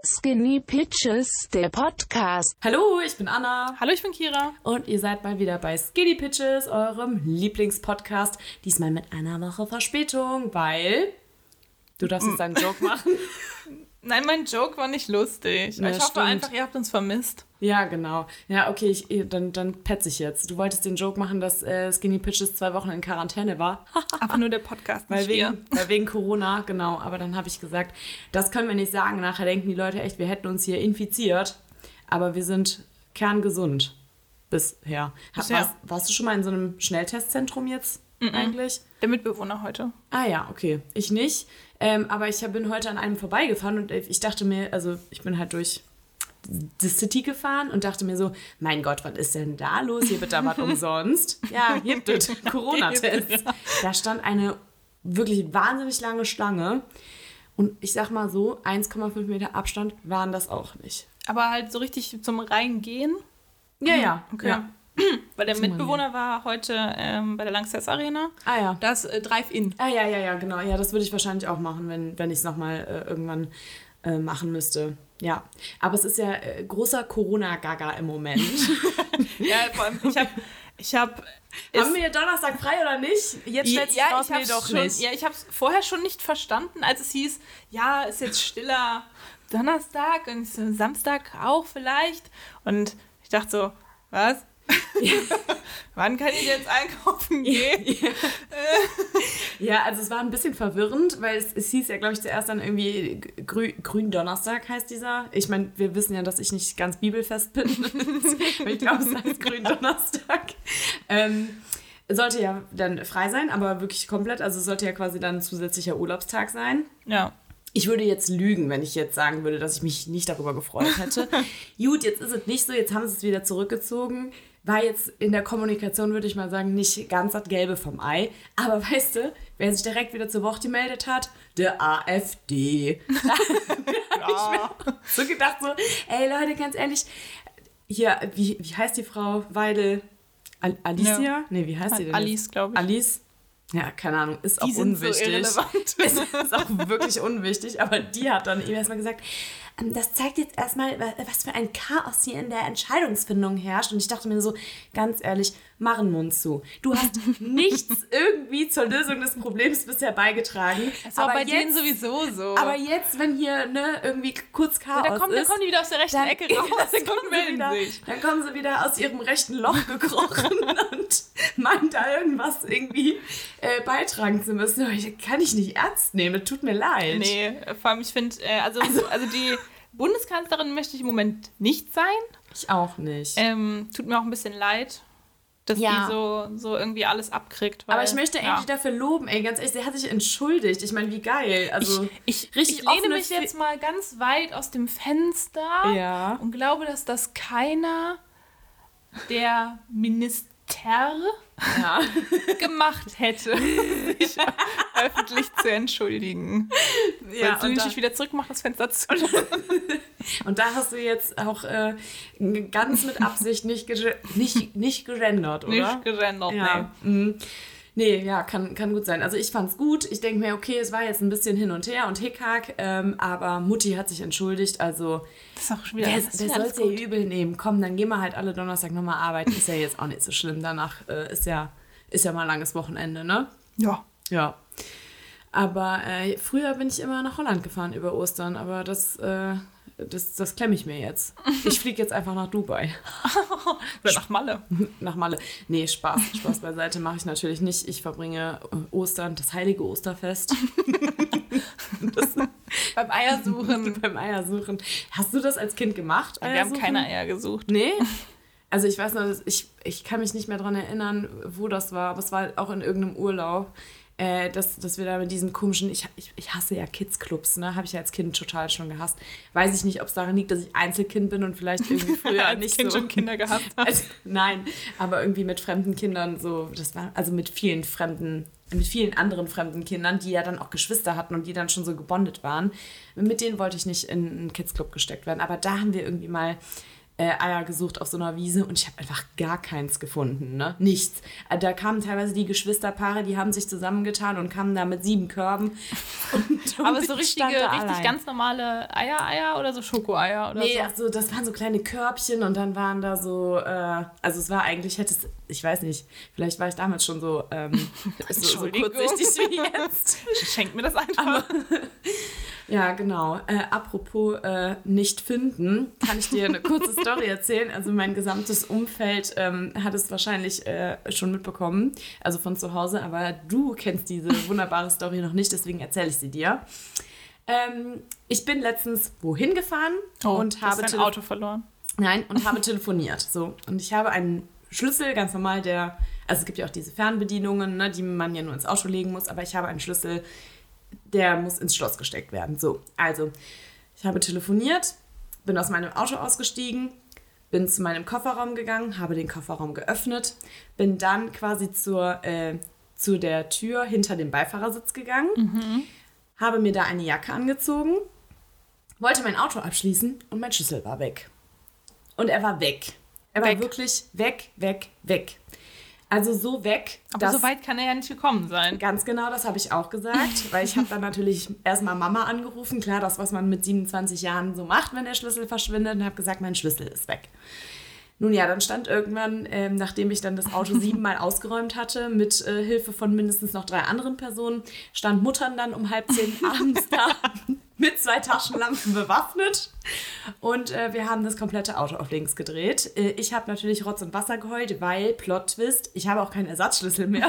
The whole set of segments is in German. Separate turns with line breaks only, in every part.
Skinny Pitches, der Podcast.
Hallo, ich bin Anna.
Hallo, ich bin Kira.
Und ihr seid mal wieder bei Skinny Pitches, eurem Lieblingspodcast. Diesmal mit einer Woche Verspätung, weil... Du darfst jetzt einen Joke machen.
Nein, mein Joke war nicht lustig.
Ja,
ich hoffe
stimmt.
einfach, ihr habt uns vermisst.
Ja, genau. Ja, okay, dann petze ich jetzt. Du wolltest den Joke machen, dass Skinny Pitches 2 Wochen in Quarantäne war.
Aber nur der Podcast, nicht wir.
Weil wegen Corona, genau. Aber dann habe ich gesagt, das können wir nicht sagen. Nachher denken die Leute echt, wir hätten uns hier infiziert. Aber wir sind kerngesund bisher. Warst du schon mal in so einem Schnelltestzentrum jetzt eigentlich?
Der Mitbewohner heute.
Ah ja, okay. Ich nicht. Aber ich bin heute an einem vorbeigefahren und ich dachte mir, also ich bin halt durch die City gefahren und dachte mir so, mein Gott, was ist denn da los? Hier wird da was umsonst. Ja, hier gibt es Corona-Tests. Da stand eine wirklich wahnsinnig lange Schlange und ich sag mal so, 1,5 Meter Abstand waren das auch nicht.
Aber halt so richtig zum Reingehen?
Ja.
Okay.
Ja.
Weil der Mitbewohner war heute bei der Langsess Arena.
Ah ja.
Das Drive-In.
Ah ja, genau. Ja, das würde ich wahrscheinlich auch machen, wenn ich es nochmal irgendwann machen müsste. Ja, aber es ist ja großer Corona-Gaga im Moment.
Ja, vor allem, ich habe...
Haben wir Donnerstag frei oder nicht? Jetzt stellt sich raus, nee, doch nicht.
Ja, ich habe es vorher schon nicht verstanden, als es hieß, ja, ist jetzt stiller Donnerstag und Samstag auch vielleicht. Und ich dachte so, was? Wann kann ich jetzt einkaufen gehen?
Ja, also es war ein bisschen verwirrend, weil es hieß ja, glaube ich, zuerst dann irgendwie Gründonnerstag heißt dieser. Ich meine, wir wissen ja, dass ich nicht ganz bibelfest bin. Ich glaube, es heißt Gründonnerstag. Sollte ja dann frei sein, aber wirklich komplett. Also es sollte ja quasi dann ein zusätzlicher Urlaubstag sein.
Ja.
Ich würde jetzt lügen, wenn ich jetzt sagen würde, dass ich mich nicht darüber gefreut hätte. Gut, jetzt ist es nicht so, jetzt haben sie es wieder zurückgezogen. War jetzt in der Kommunikation, würde ich mal sagen, nicht ganz das Gelbe vom Ei. Aber weißt du, wer sich direkt wieder zu Wort gemeldet hat? Der AfD. Da habe ich mir so gedacht, so, ey Leute, ganz ehrlich, hier, wie heißt die Frau? Weidel? Alicia? Ja. Nee, wie heißt die denn?
Alice, glaube ich.
Alice? Ja, keine Ahnung, ist auch
die sind
unwichtig.
So irrelevant.
Ist auch wirklich unwichtig, aber die hat dann eben erstmal gesagt, das zeigt jetzt erstmal, was für ein Chaos hier in der Entscheidungsfindung herrscht. Und ich dachte mir so, ganz ehrlich, mach den Mund zu. Du hast nichts irgendwie zur Lösung des Problems bisher beigetragen.
Das war bei denen sowieso so.
Aber jetzt, wenn hier irgendwie kurz Chaos
dann kommen die wieder aus der rechten Ecke raus.
Dann kommen sie wieder aus ihrem rechten Loch gekrochen und meinen da irgendwas irgendwie beitragen zu müssen. Aber kann ich nicht ernst nehmen, das tut mir leid.
Nee, vor allem ich finde, also die Bundeskanzlerin möchte ich im Moment nicht sein.
Ich auch nicht.
Tut mir auch ein bisschen leid, dass die so irgendwie alles abkriegt. Weil,
aber ich möchte eigentlich dafür loben, ey, ganz ehrlich, sie hat sich entschuldigt. Ich meine, wie geil. Also
ich lehne mich jetzt mal ganz weit aus dem Fenster und glaube, dass das keiner der Minister gemacht hätte, sich öffentlich zu entschuldigen. Ja, weil sie sich wieder zurück macht, das Fenster zu.
Und da hast du jetzt auch ganz mit Absicht nicht gegendert, oder?
Nicht gegendert,
ja. Nee. Nee, ja, kann gut sein. Also ich fand's gut. Ich denke mir, okay, es war jetzt ein bisschen hin und her und Hickhack, aber Mutti hat sich entschuldigt, also
das ist auch schon wieder,
wer soll es ihr übel nehmen? Komm, dann gehen wir halt alle Donnerstag nochmal arbeiten. Ist ja jetzt auch nicht so schlimm. Danach ist ja mal ein langes Wochenende, ne?
Ja.
Ja. Aber früher bin ich immer nach Holland gefahren über Ostern, aber das klemme ich mir jetzt. Ich fliege jetzt einfach nach Dubai.
Oder nach Malle.
Nach Malle. Nee, Spaß beiseite mache ich natürlich nicht. Ich verbringe Ostern, das heilige Osterfest.
Beim Eiersuchen.
Beim Eiersuchen. Hast du das als Kind gemacht?
Wir haben keine Eier gesucht.
Nee? Also ich weiß noch, ich kann mich nicht mehr daran erinnern, wo das war, aber es war auch in irgendeinem Urlaub. Dass wir da mit diesen komischen, ich hasse ja Kids-Clubs, ne, habe ich ja als Kind total schon gehasst. Weiß ich nicht, ob es daran liegt, dass ich Einzelkind bin und vielleicht irgendwie früher
als
nicht
Kind
so.
schon Kinder gehabt hast.
Also, nein, aber irgendwie mit fremden Kindern so, das war, also mit vielen anderen fremden Kindern, die ja dann auch Geschwister hatten und die dann schon so gebondet waren. Mit denen wollte ich nicht in einen Kids-Club gesteckt werden, aber da haben wir irgendwie mal Eier gesucht auf so einer Wiese und ich habe einfach gar keins gefunden, ne? Nichts. Da kamen teilweise die Geschwisterpaare, die haben sich zusammengetan und kamen da mit 7 Körben.
Aber so richtig ganz normale Eier oder so Schokoeier oder
nee,
so?
also das waren so kleine Körbchen und dann waren da so, also es war eigentlich, ich weiß nicht, vielleicht war ich damals schon so, so kurzsichtig wie jetzt.
Schenkt mir das einfach.
Ja, genau. Apropos nicht finden, kann ich dir eine kurze Story erzählen. Also mein gesamtes Umfeld hat es wahrscheinlich schon mitbekommen, also von zu Hause, aber du kennst diese wunderbare Story noch nicht, deswegen erzähle ich sie dir. Ich bin letztens wohin gefahren und habe
dein Auto verloren.
Nein, und habe telefoniert. So. Und ich habe einen Schlüssel, ganz normal, also es gibt ja auch diese Fernbedienungen, ne, die man ja nur ins Auto legen muss, aber ich habe einen Schlüssel, der muss ins Schloss gesteckt werden. So, also ich habe telefoniert, bin aus meinem Auto ausgestiegen, bin zu meinem Kofferraum gegangen, habe den Kofferraum geöffnet, bin dann quasi zu der Tür hinter dem Beifahrersitz gegangen, habe mir da eine Jacke angezogen, wollte mein Auto abschließen und mein Schlüssel war weg. Und er war weg. Er war wirklich weg. Also so weg.
Aber so weit kann er ja nicht gekommen sein.
Ganz genau, das habe ich auch gesagt, weil ich habe dann natürlich erstmal Mama angerufen. Klar, das, was man mit 27 Jahren so macht, wenn der Schlüssel verschwindet, und habe gesagt, mein Schlüssel ist weg. Nun ja, dann stand irgendwann, nachdem ich dann das Auto 7-mal ausgeräumt hatte, mit Hilfe von mindestens noch 3 anderen Personen, stand Muttern dann um 9:30 abends da mit 2 Taschenlampen bewaffnet. Und wir haben das komplette Auto auf links gedreht. Ich habe natürlich Rotz und Wasser geheult, weil, Plot-Twist, ich habe auch keinen Ersatzschlüssel mehr.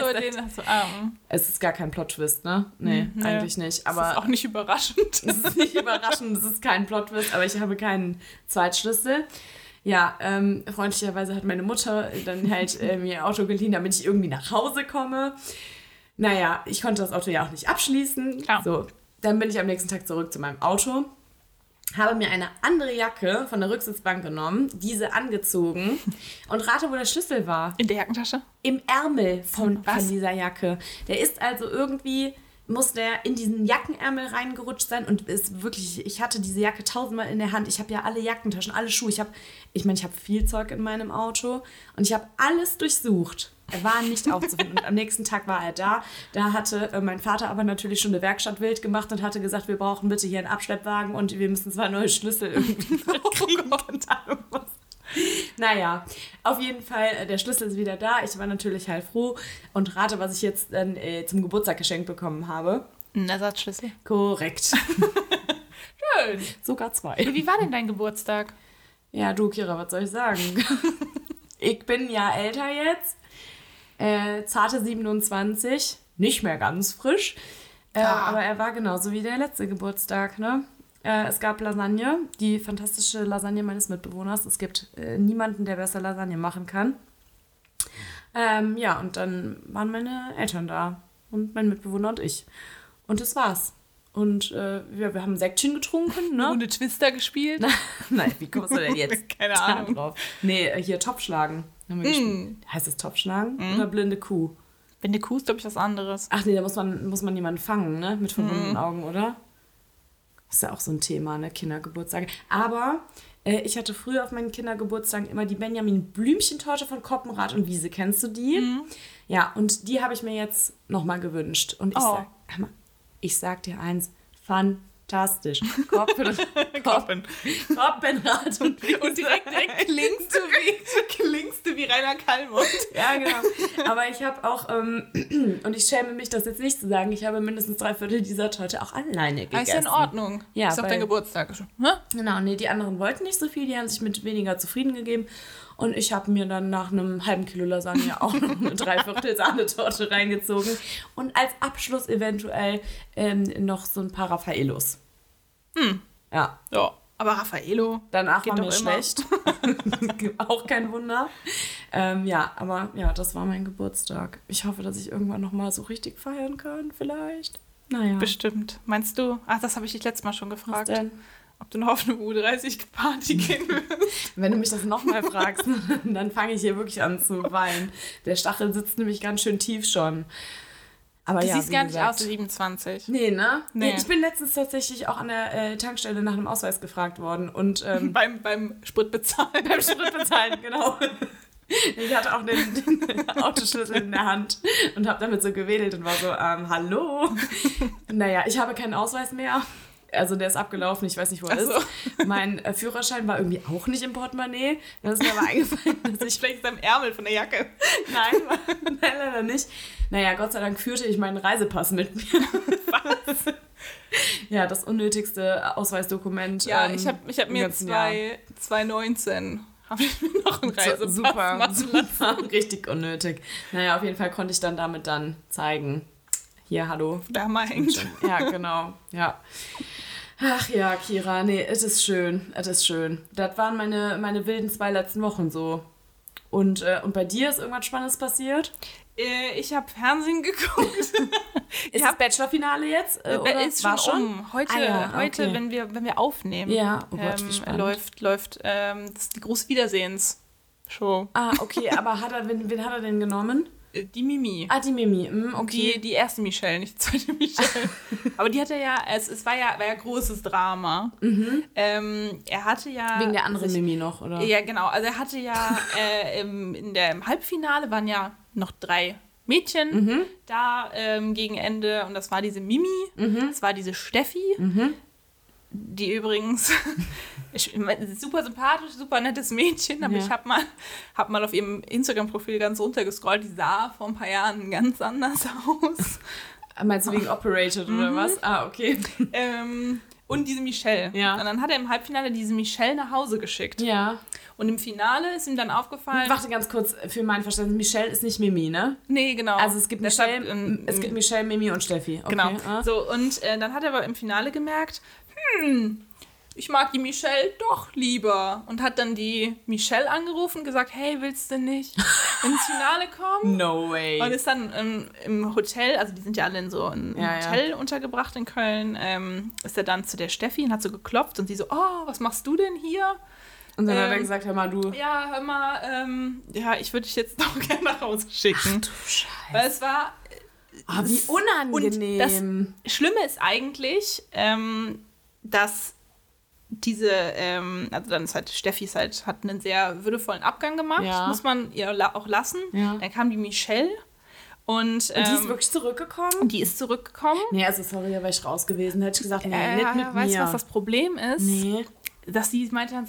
Es ist gar kein Plot-Twist, ne? Nee, eigentlich nicht. Aber
das ist auch nicht überraschend.
Es ist nicht überraschend, es ist kein Plot-Twist, aber ich habe keinen Zweitschlüssel. Ja, freundlicherweise hat meine Mutter dann halt mir ihr Auto geliehen, damit ich irgendwie nach Hause komme. Naja, ich konnte das Auto ja auch nicht abschließen.
Klar.
So, dann bin ich am nächsten Tag zurück zu meinem Auto, habe mir eine andere Jacke von der Rücksitzbank genommen, diese angezogen und rate, wo der Schlüssel war.
In der Jackentasche?
Im Ärmel von dieser Jacke. Der ist also irgendwie... muss der in diesen Jackenärmel reingerutscht sein und ist wirklich, ich hatte diese Jacke 1000-mal in der Hand. Ich habe ja alle Jackentaschen, alle Schuhe. Ich habe viel Zeug in meinem Auto und ich habe alles durchsucht. Er war nicht aufzufinden und am nächsten Tag war er da. Da hatte mein Vater aber natürlich schon eine Werkstatt wild gemacht und hatte gesagt, wir brauchen bitte hier einen Abschleppwagen und wir müssen 2 neue Schlüssel irgendwie kriegen. Naja, auf jeden Fall, der Schlüssel ist wieder da. Ich war natürlich heilfroh und rate, was ich jetzt dann zum Geburtstag geschenkt bekommen habe.
Ein Ersatzschlüssel.
Korrekt.
Schön.
Sogar 2.
Wie war denn dein Geburtstag?
Ja, du, Kira, was soll ich sagen? Ich bin ja älter jetzt. Zarte 27. Nicht mehr ganz frisch. Aber er war genauso wie der letzte Geburtstag, ne? Es gab Lasagne, die fantastische Lasagne meines Mitbewohners. Es gibt niemanden, der besser Lasagne machen kann. Ja, und dann waren meine Eltern da und mein Mitbewohner und ich. Und das war's. Und wir haben ein Säckchen getrunken, ne?
Ohne Twister gespielt?
Nein, wie kommst du denn jetzt?
Keine Ahnung.
Drauf? Nee, hier Topfschlagen haben wir gespielt. Heißt es Topfschlagen oder blinde Kuh?
Blinde Kuh ist, glaube ich, was anderes.
Ach nee, da muss man jemanden fangen, ne? Mit verbundenen Augen, oder? Das ist ja auch so ein Thema, ne? Kindergeburtstage. Aber ich hatte früher auf meinen Kindergeburtstagen immer die Benjamin Blümchentorte von Koppenrad und Wiese. Kennst du die? Ja, und die habe ich mir jetzt nochmal gewünscht. Und ich sag dir eins, fantastisch. Koppenrad und Wiese.
Und direkt klingst du wie Rainer Kallmund.
Ja, genau. Aber ich habe auch, und ich schäme mich, das jetzt nicht zu sagen, ich habe mindestens 3/4 dieser Torte auch alleine gegessen.
Ist ja in Ordnung.
Ja,
ist doch dein Geburtstag.
Genau, nee, die anderen wollten nicht so viel, die haben sich mit weniger zufrieden gegeben. Und ich habe mir dann nach einem halben Kilo Lasagne auch noch eine 3/4 Sahnetorte reingezogen. Und als Abschluss eventuell noch so ein paar Raffaellos. Ja.
Ja. Aber Raffaello
Danach
geht
war mir
doch immer
schlecht. Auch kein Wunder. Ja, aber ja, das war mein Geburtstag. Ich hoffe, dass ich irgendwann nochmal so richtig feiern kann, vielleicht. Naja.
Bestimmt. Meinst du? Ach, das habe ich dich letztes Mal schon gefragt.
Was denn?
Ob du noch auf eine U30-Party gehen willst.
Wenn du mich das nochmal fragst, dann fange ich hier wirklich an zu weinen. Der Stachel sitzt nämlich ganz schön tief schon. Aber
Du
ja,
siehst
wie
gar nicht
gesagt.
aus wie 27.
Nee, ne?
Nee.
Ich bin letztens tatsächlich auch an der Tankstelle nach einem Ausweis gefragt worden. Und
Beim Sprit bezahlen.
beim Sprit bezahlen, genau. Ich hatte auch den Autoschlüssel in der Hand und habe damit so gewedelt und war so, hallo. Naja, ich habe keinen Ausweis mehr. Also der ist abgelaufen, ich weiß nicht, wo er
Ach so.
ist. Mein Führerschein war irgendwie auch nicht im Portemonnaie. Dann ist mir aber eingefallen, dass ich...
Vielleicht ist am Ärmel von der Jacke.
Nein, leider nicht. Naja, Gott sei Dank führte ich meinen Reisepass mit mir. Was? Ja, das unnötigste Ausweisdokument.
Ja, ich hab
im
mir
ganzen Jahr.
2019 habe ich mir noch einen Reisepass
Super,
machen lassen.
super, richtig unnötig. Naja, auf jeden Fall konnte ich damit dann zeigen. Hier, hallo.
Da mal hängt.
Ja, genau, ja. Ach ja, Kira, nee, es ist schön, es ist schön. Das waren meine wilden 2 letzten Wochen so. Und bei dir ist irgendwas Spannendes passiert?
Ich habe Fernsehen geguckt.
Ist das Bachelor-Finale jetzt? Oder?
Ist schon,
War schon?
um. Heute,
Okay.
wenn wir aufnehmen,
Ja, oh Gott, wie spannend.
läuft das ist die große Wiedersehens-Show.
Ah, okay, aber wen hat er denn genommen?
Die Mimi.
Ah, die Mimi, okay.
Die erste Michelle, nicht die zweite Michelle. Aber die hatte ja, es war ja großes Drama. Er hatte ja...
Wegen der anderen Mimi noch, oder?
Ja, genau. Also er hatte ja im Halbfinale waren ja noch 3 Mädchen da gegen Ende. Und das war diese Mimi, das war diese Steffi, die übrigens super sympathisch, super nettes Mädchen, aber
Ja.
ich hab mal auf ihrem Instagram-Profil ganz runtergescrollt, die sah vor ein paar Jahren ganz anders aus.
Meinst du wegen Operated oder was? Ah, okay.
Und diese Michelle.
Ja.
Und dann hat er im Halbfinale diese Michelle nach Hause geschickt.
Ja.
Und im Finale ist ihm dann aufgefallen...
Warte ganz kurz für mein Verständnis. Michelle ist nicht Mimi, ne?
Nee, genau.
Also es gibt
Deshalb,
Michelle, Mimi und Steffi. Okay.
Genau.
Ah.
So, und dann hat er aber im Finale gemerkt, ich mag die Michelle doch lieber. Und hat dann die Michelle angerufen und gesagt, hey, willst du nicht ins Finale kommen?
No way.
Und ist dann im Hotel, also die sind ja alle in so einem Hotel untergebracht in Köln, ist er dann zu der Steffi und hat so geklopft und sie so, oh, was machst du denn hier?
Und dann hat er gesagt, hör mal, du...
Ja, hör mal, ich würde dich jetzt doch gerne nach Hause schicken.
Ach du Scheiße.
Weil es war...
Oh, wie unangenehm.
Und das Schlimme ist eigentlich, dass diese, also dann ist halt, Steffi hat einen sehr würdevollen Abgang gemacht,
Ja.
muss man ihr auch lassen.
Ja.
Dann kam die Michelle und
Und die ist wirklich zurückgekommen?
die ist zurückgekommen.
Nee, also sorry, da wäre ich raus gewesen. Hätte ich gesagt, nee, nicht mit
weißt du,
mir.
was das Problem ist?
Nee.
Dass sie meinte dann so,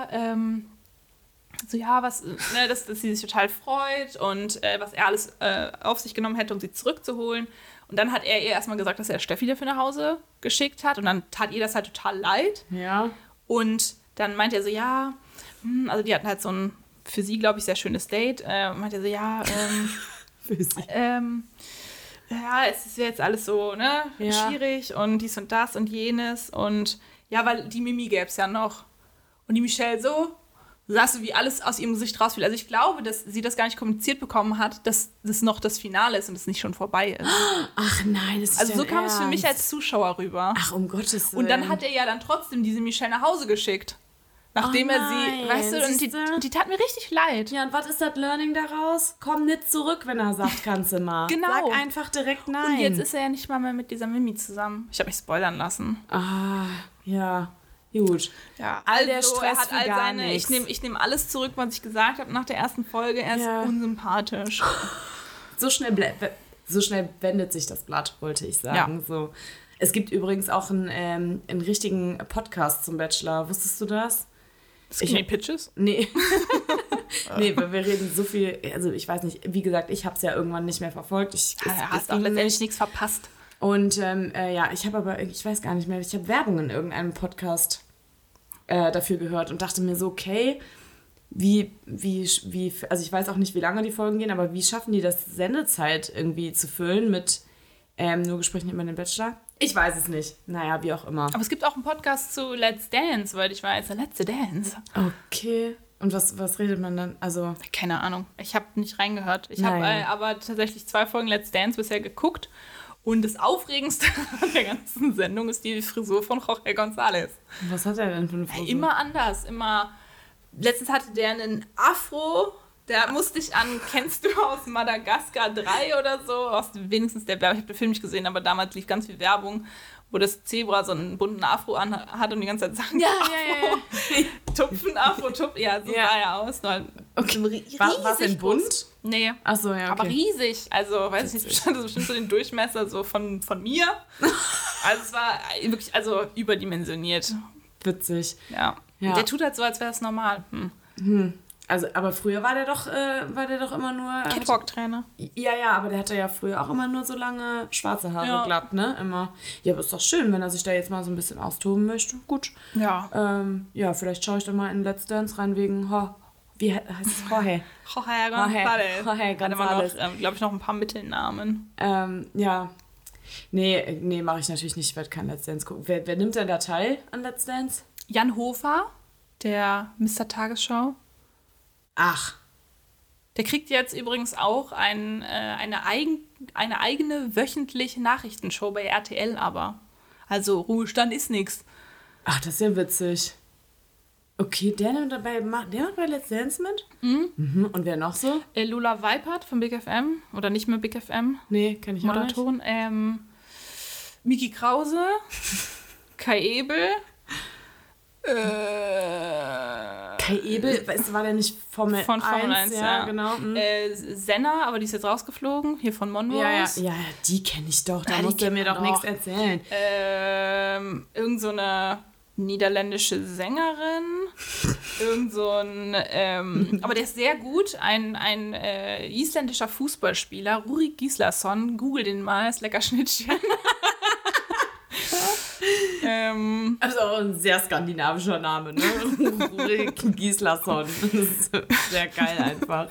dass sie sich total freut und was er alles auf sich genommen hätte, um sie zurückzuholen. Und dann hat er ihr erstmal gesagt, dass er Steffi dafür nach Hause geschickt hat. Und dann tat ihr das halt total leid.
Ja.
Und dann meinte er so, also die hatten halt so ein, für sie, glaube ich, sehr schönes Date. Meinte er so,
Für sie.
es ist jetzt alles so, ne,
Ja.
schwierig und dies und das und jenes. Und ja, weil die Mimi gäbe es ja noch. Und die Michelle so, sahst du, wie alles aus ihrem Gesicht rausfiel. Also ich glaube, dass sie das gar nicht kommuniziert bekommen hat, dass das noch das Finale ist und es nicht schon vorbei ist.
Ach nein, das ist
Also so
dein
kam es für mich
Ernst.
als Zuschauer rüber.
Ach, um Gottes Willen.
Und dann hat er ja dann trotzdem diese Michelle nach Hause geschickt. Nachdem
Oh
er
nein,
sie, weißt du,
siehste?
und die tat mir richtig leid.
Ja, und was ist das Learning daraus? Komm nicht zurück, wenn er sagt, kannst du mal.
Genau.
Sag einfach direkt nein.
Und jetzt ist er ja nicht mal mehr mit dieser Mimi zusammen. Ich habe mich spoilern lassen.
Ah, ja. Gut.
Ja,
All der Stress
er hat
für
all
gar
seine,
nichts.
ich nehm alles zurück, was ich gesagt habe nach der ersten Folge. Er ist
Ja.
unsympathisch.
So schnell wendet sich das Blatt, wollte ich sagen.
Ja.
So. Es gibt übrigens auch einen richtigen Podcast zum Bachelor. Wusstest du das?
Skinny Pitches?
Nee. Nee, weil wir reden so viel, also ich weiß nicht, wie gesagt, ich habe es ja irgendwann nicht mehr verfolgt.
Du hast auch letztendlich nichts verpasst.
Und ich habe aber, ich weiß gar nicht mehr, ich habe Werbung in irgendeinem Podcast dafür gehört und dachte mir so, okay, wie, also ich weiß auch nicht, wie lange die Folgen gehen, aber wie schaffen die das, Sendezeit irgendwie zu füllen mit nur Gesprächen über den Bachelor? Ich weiß es nicht. Naja, wie auch immer.
Aber es gibt auch einen Podcast zu Let's Dance, soweit ich weiß. Let's Dance.
Okay. Und was redet man dann? Also
Keine Ahnung. Ich habe nicht reingehört. Ich habe aber tatsächlich 2 Folgen Let's Dance bisher geguckt. Und das Aufregendste an der ganzen Sendung ist die Frisur von Jorge González.
was hat er denn für eine Frisur?
Immer anders. Letztens hatte der einen Afro, Da musste ich an, kennst du aus Madagaskar 3 oder so? Wenigstens der Werbung, ich habe den Film nicht gesehen, aber damals lief ganz viel Werbung, wo das Zebra so einen bunten Afro hat und die ganze Zeit sagen,
Ja.
Tupfen, Afro, Tupfen, ja, so sah er aus. Nur
Okay. War es denn bunt?
Nee.
Ach so, ja, okay.
Aber riesig, also weiß ich nicht, das bestimmt so den Durchmesser so von mir. Also es war wirklich, also überdimensioniert.
Witzig.
Ja.
Ja.
Der tut halt so, als wäre es normal.
Also, aber früher war der doch immer nur...
Catwalk-Trainer.
Ja, aber der hatte ja früher auch immer nur so lange schwarze Haare glatt, ne? Immer. Ja, aber ist doch schön, wenn er sich da jetzt mal so ein bisschen austoben möchte. Gut.
Ja.
Ja, vielleicht schaue ich da mal in Let's Dance rein wegen... Wie heißt es? Jorge.
Jorge González.
Jorge
Hat immer noch,
González.
glaube ich, noch ein paar Mittelnamen.
Ja. Nee, mache ich natürlich nicht. Ich werde kein Let's Dance gucken. Wer nimmt denn da teil an Let's Dance?
Jan Hofer, der Mr. Tagesschau.
Ach.
Der kriegt jetzt übrigens auch eine eigene wöchentliche Nachrichtenshow bei RTL aber. Also Ruhestand ist nix.
Ach, das ist ja witzig. Okay, der macht bei Let's Dance mit? Mhm. Und wer noch so?
Lula Weipert von Big FM. Oder nicht mehr Big FM.
Nee, kenn ich auch nicht.
Moderatorin. Miki Krause. Kai Ebel.
Kai Ebel, war der nicht Formel 1?
Von Formel 1, ja.
Genau.
Senna, aber die ist jetzt rausgeflogen. Hier von Monroes.
Ja, die kenne ich doch. Da
Ja,
muss
die
der mir
kennt
doch
man
nichts
doch.
erzählen.
Irgend so eine niederländische Sängerin. Irgend so ein, aber der ist sehr gut. Ein isländischer Fußballspieler, Rúrik Gíslason. Google den mal, ist lecker Schnittchen.
Also auch ein sehr skandinavischer Name, ne? Rúrik Gíslason. Das ist sehr geil einfach.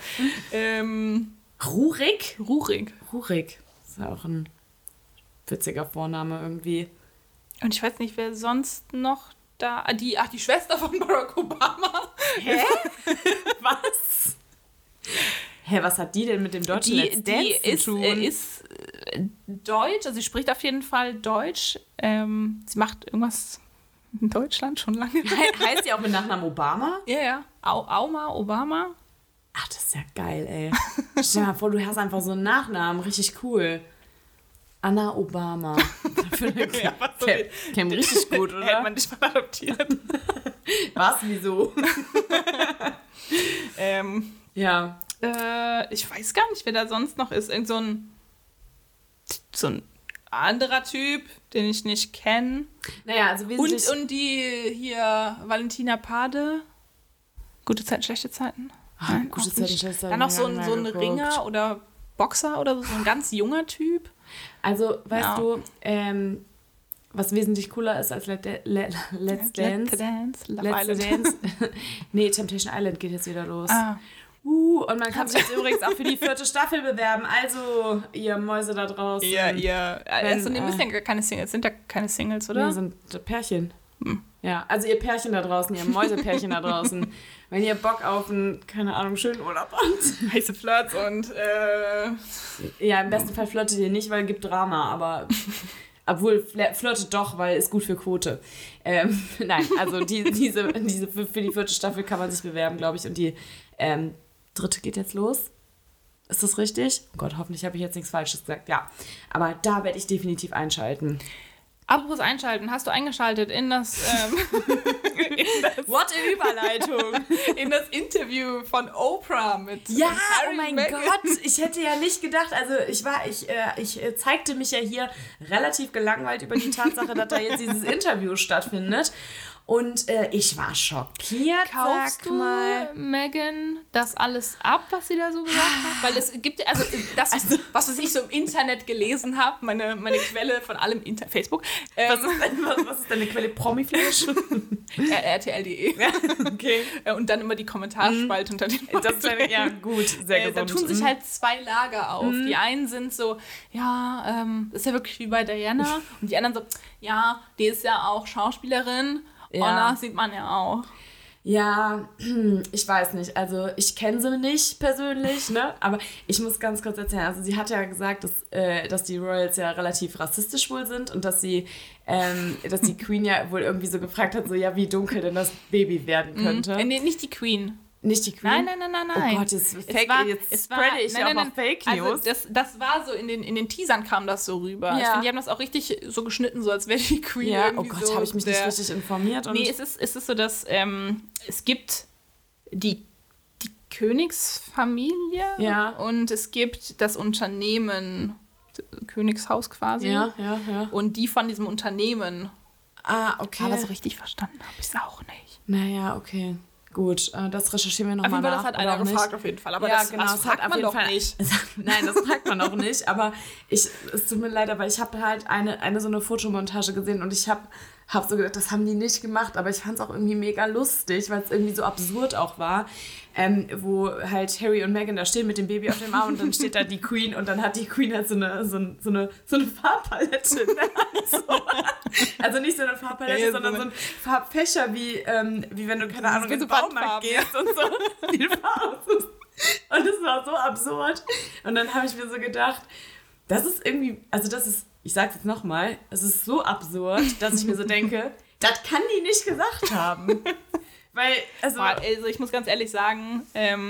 Rúrik?
Rúrik.
Das ist ja auch ein witziger Vorname irgendwie.
Und ich weiß nicht, wer sonst noch da... Die Schwester von Barack Obama.
Hä? Was? Was hat die denn mit dem deutschen Let's Dance zu tun?
Ist Deutsch, also sie spricht auf jeden Fall Deutsch. Sie macht irgendwas in Deutschland schon lange.
Heißt sie auch mit Nachnamen Obama?
Ja. Auma Obama.
Ach, das ist ja geil, ey. Stell dir mal vor, du hast einfach so einen Nachnamen. Richtig cool. Anna Obama. Käme richtig gut, oder?
Hätte man dich mal adoptiert.
Was? Wieso? Ja.
Ich weiß gar nicht, wer da sonst noch ist. Irgend so ein anderer Typ, den ich nicht kenne.
Naja, also wesentlich...
Und die hier, Valentina Pade. Gute Zeiten, schlechte Zeiten. Nein,
gute
auch
Zeiten,
nicht.
schlechte Zeiten.
Dann noch so ein Ringer oder Boxer oder so ein ganz junger Typ.
Also, weißt du, was wesentlich cooler ist als Let's Dance. Nee, Temptation Island geht jetzt wieder los. Und man kann sich jetzt übrigens auch für die 4. Staffel bewerben. Also, ihr Mäuse da draußen.
Ja. Also, die müssen ja gar keine Singles. Sind ja keine Singles, oder?
Wir sind Pärchen. Ja, also ihr Pärchen da draußen, ihr Mäusepärchen da draußen. Wenn ihr Bock auf einen, keine Ahnung, schönen Urlaub habt.
Heiße Flirts und
Ja, im besten Fall flirtet ihr nicht, weil es gibt Drama, aber... Obwohl, flirtet doch, weil ist gut für Quote. Nein, also diese für die 4. Staffel kann man sich bewerben, glaube ich. Und die 3. geht jetzt los. Ist das richtig? Oh Gott, hoffentlich habe ich jetzt nichts Falsches gesagt. Ja, aber da werde ich definitiv einschalten.
Apropos einschalten, hast du eingeschaltet in das...
What a Überleitung!
In das Interview von Oprah mit
Ja,
Harry
oh mein
Meghan.
Gott, ich hätte ja nicht gedacht, also ich zeigte mich ja hier relativ gelangweilt über die Tatsache, dass da jetzt dieses Interview stattfindet. Und ich war schockiert,
Kaufst
sag
du
mal.
Meghan das alles ab, was sie da so gesagt hat? Weil es gibt, also das, was ich so im Internet gelesen habe, meine Quelle von allem Facebook.
Was ist deine Quelle? Promiflash?
RTL.de.
Ja, okay.
Und dann immer die Kommentarspalte unter den
Das ist ja gut, sehr
Da
gesund.
tun sich halt 2 Lager auf. Die einen sind so, ja, ist ja wirklich wie bei Diana. Und die anderen so, ja, die ist ja auch Schauspielerin.
Ja.
Honor sieht man ja auch.
Ja, ich weiß nicht. Also ich kenne sie nicht persönlich, ne? Aber ich muss ganz kurz erzählen. Also sie hat ja gesagt, dass die Royals ja relativ rassistisch wohl sind und dass die Queen ja wohl irgendwie so gefragt hat, so ja, wie dunkel denn das Baby werden könnte.
Nee, nicht die Queen.
Nicht die Queen?
Nein.
Oh Gott, jetzt spreade ich ja auch noch Fake News.
Also das war so, in den Teasern kam das so rüber.
Ja.
Ich finde, die haben das auch richtig so geschnitten, so als wäre die Queen
Ja,
irgendwie
oh Gott,
so
habe ich mich nicht richtig informiert. Und
nee, es ist so, dass es gibt die Königsfamilie
Ja.
und es gibt das Unternehmen, Königshaus quasi.
Ja.
Und die von diesem Unternehmen.
Ah, okay.
Aber so richtig verstanden habe ich es auch nicht.
Naja, okay. Gut, das recherchieren wir nochmal nach.
Das hat einer gefragt auf jeden Fall. Aber
ja,
das,
genau,
das fragt man doch nicht.
Nein, das fragt man auch nicht. Aber es tut mir leid, aber ich habe halt eine so eine Fotomontage gesehen und ich habe so gedacht, das haben die nicht gemacht. Aber ich fand es auch irgendwie mega lustig, weil es irgendwie so absurd auch war. Wo halt Harry und Meghan da stehen mit dem Baby auf dem Arm und dann steht da die Queen und dann hat die Queen halt so eine Farbpalette in der Hand. So. Also nicht so eine Farbpalette,
Ja,
sondern so ein Farbfächer, wie wenn du, keine Ahnung, in den
so
Baumarkt gehst und so die Farben suchst. Und das war so absurd. Und dann habe ich mir so gedacht, das ist irgendwie, also das ist, ich sag's jetzt nochmal, es ist so absurd, dass ich mir so denke, das kann die nicht gesagt haben. Weil, also
ich muss ganz ehrlich sagen,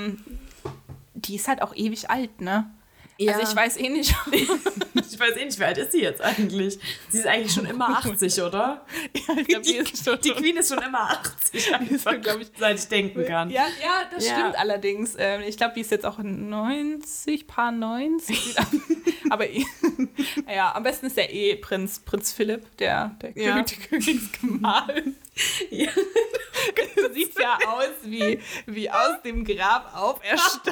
die ist halt auch ewig alt, ne?
Ja.
Also ich weiß eh nicht.
Ich weiß eh nicht, wie alt ist sie jetzt eigentlich? Sie ist eigentlich schon immer 80, oder?
Ja, ich glaub,
Die Queen ist schon immer 80, einfach,
glaub ich,
seit ich denken kann.
Ja, das stimmt allerdings. Ich glaube, die ist jetzt auch 90, paar 90. Aber ja, am besten ist der Prinz Philipp, der Königsgemahl.
Ja.
Sieht ja aus wie aus dem Grab auferstanden.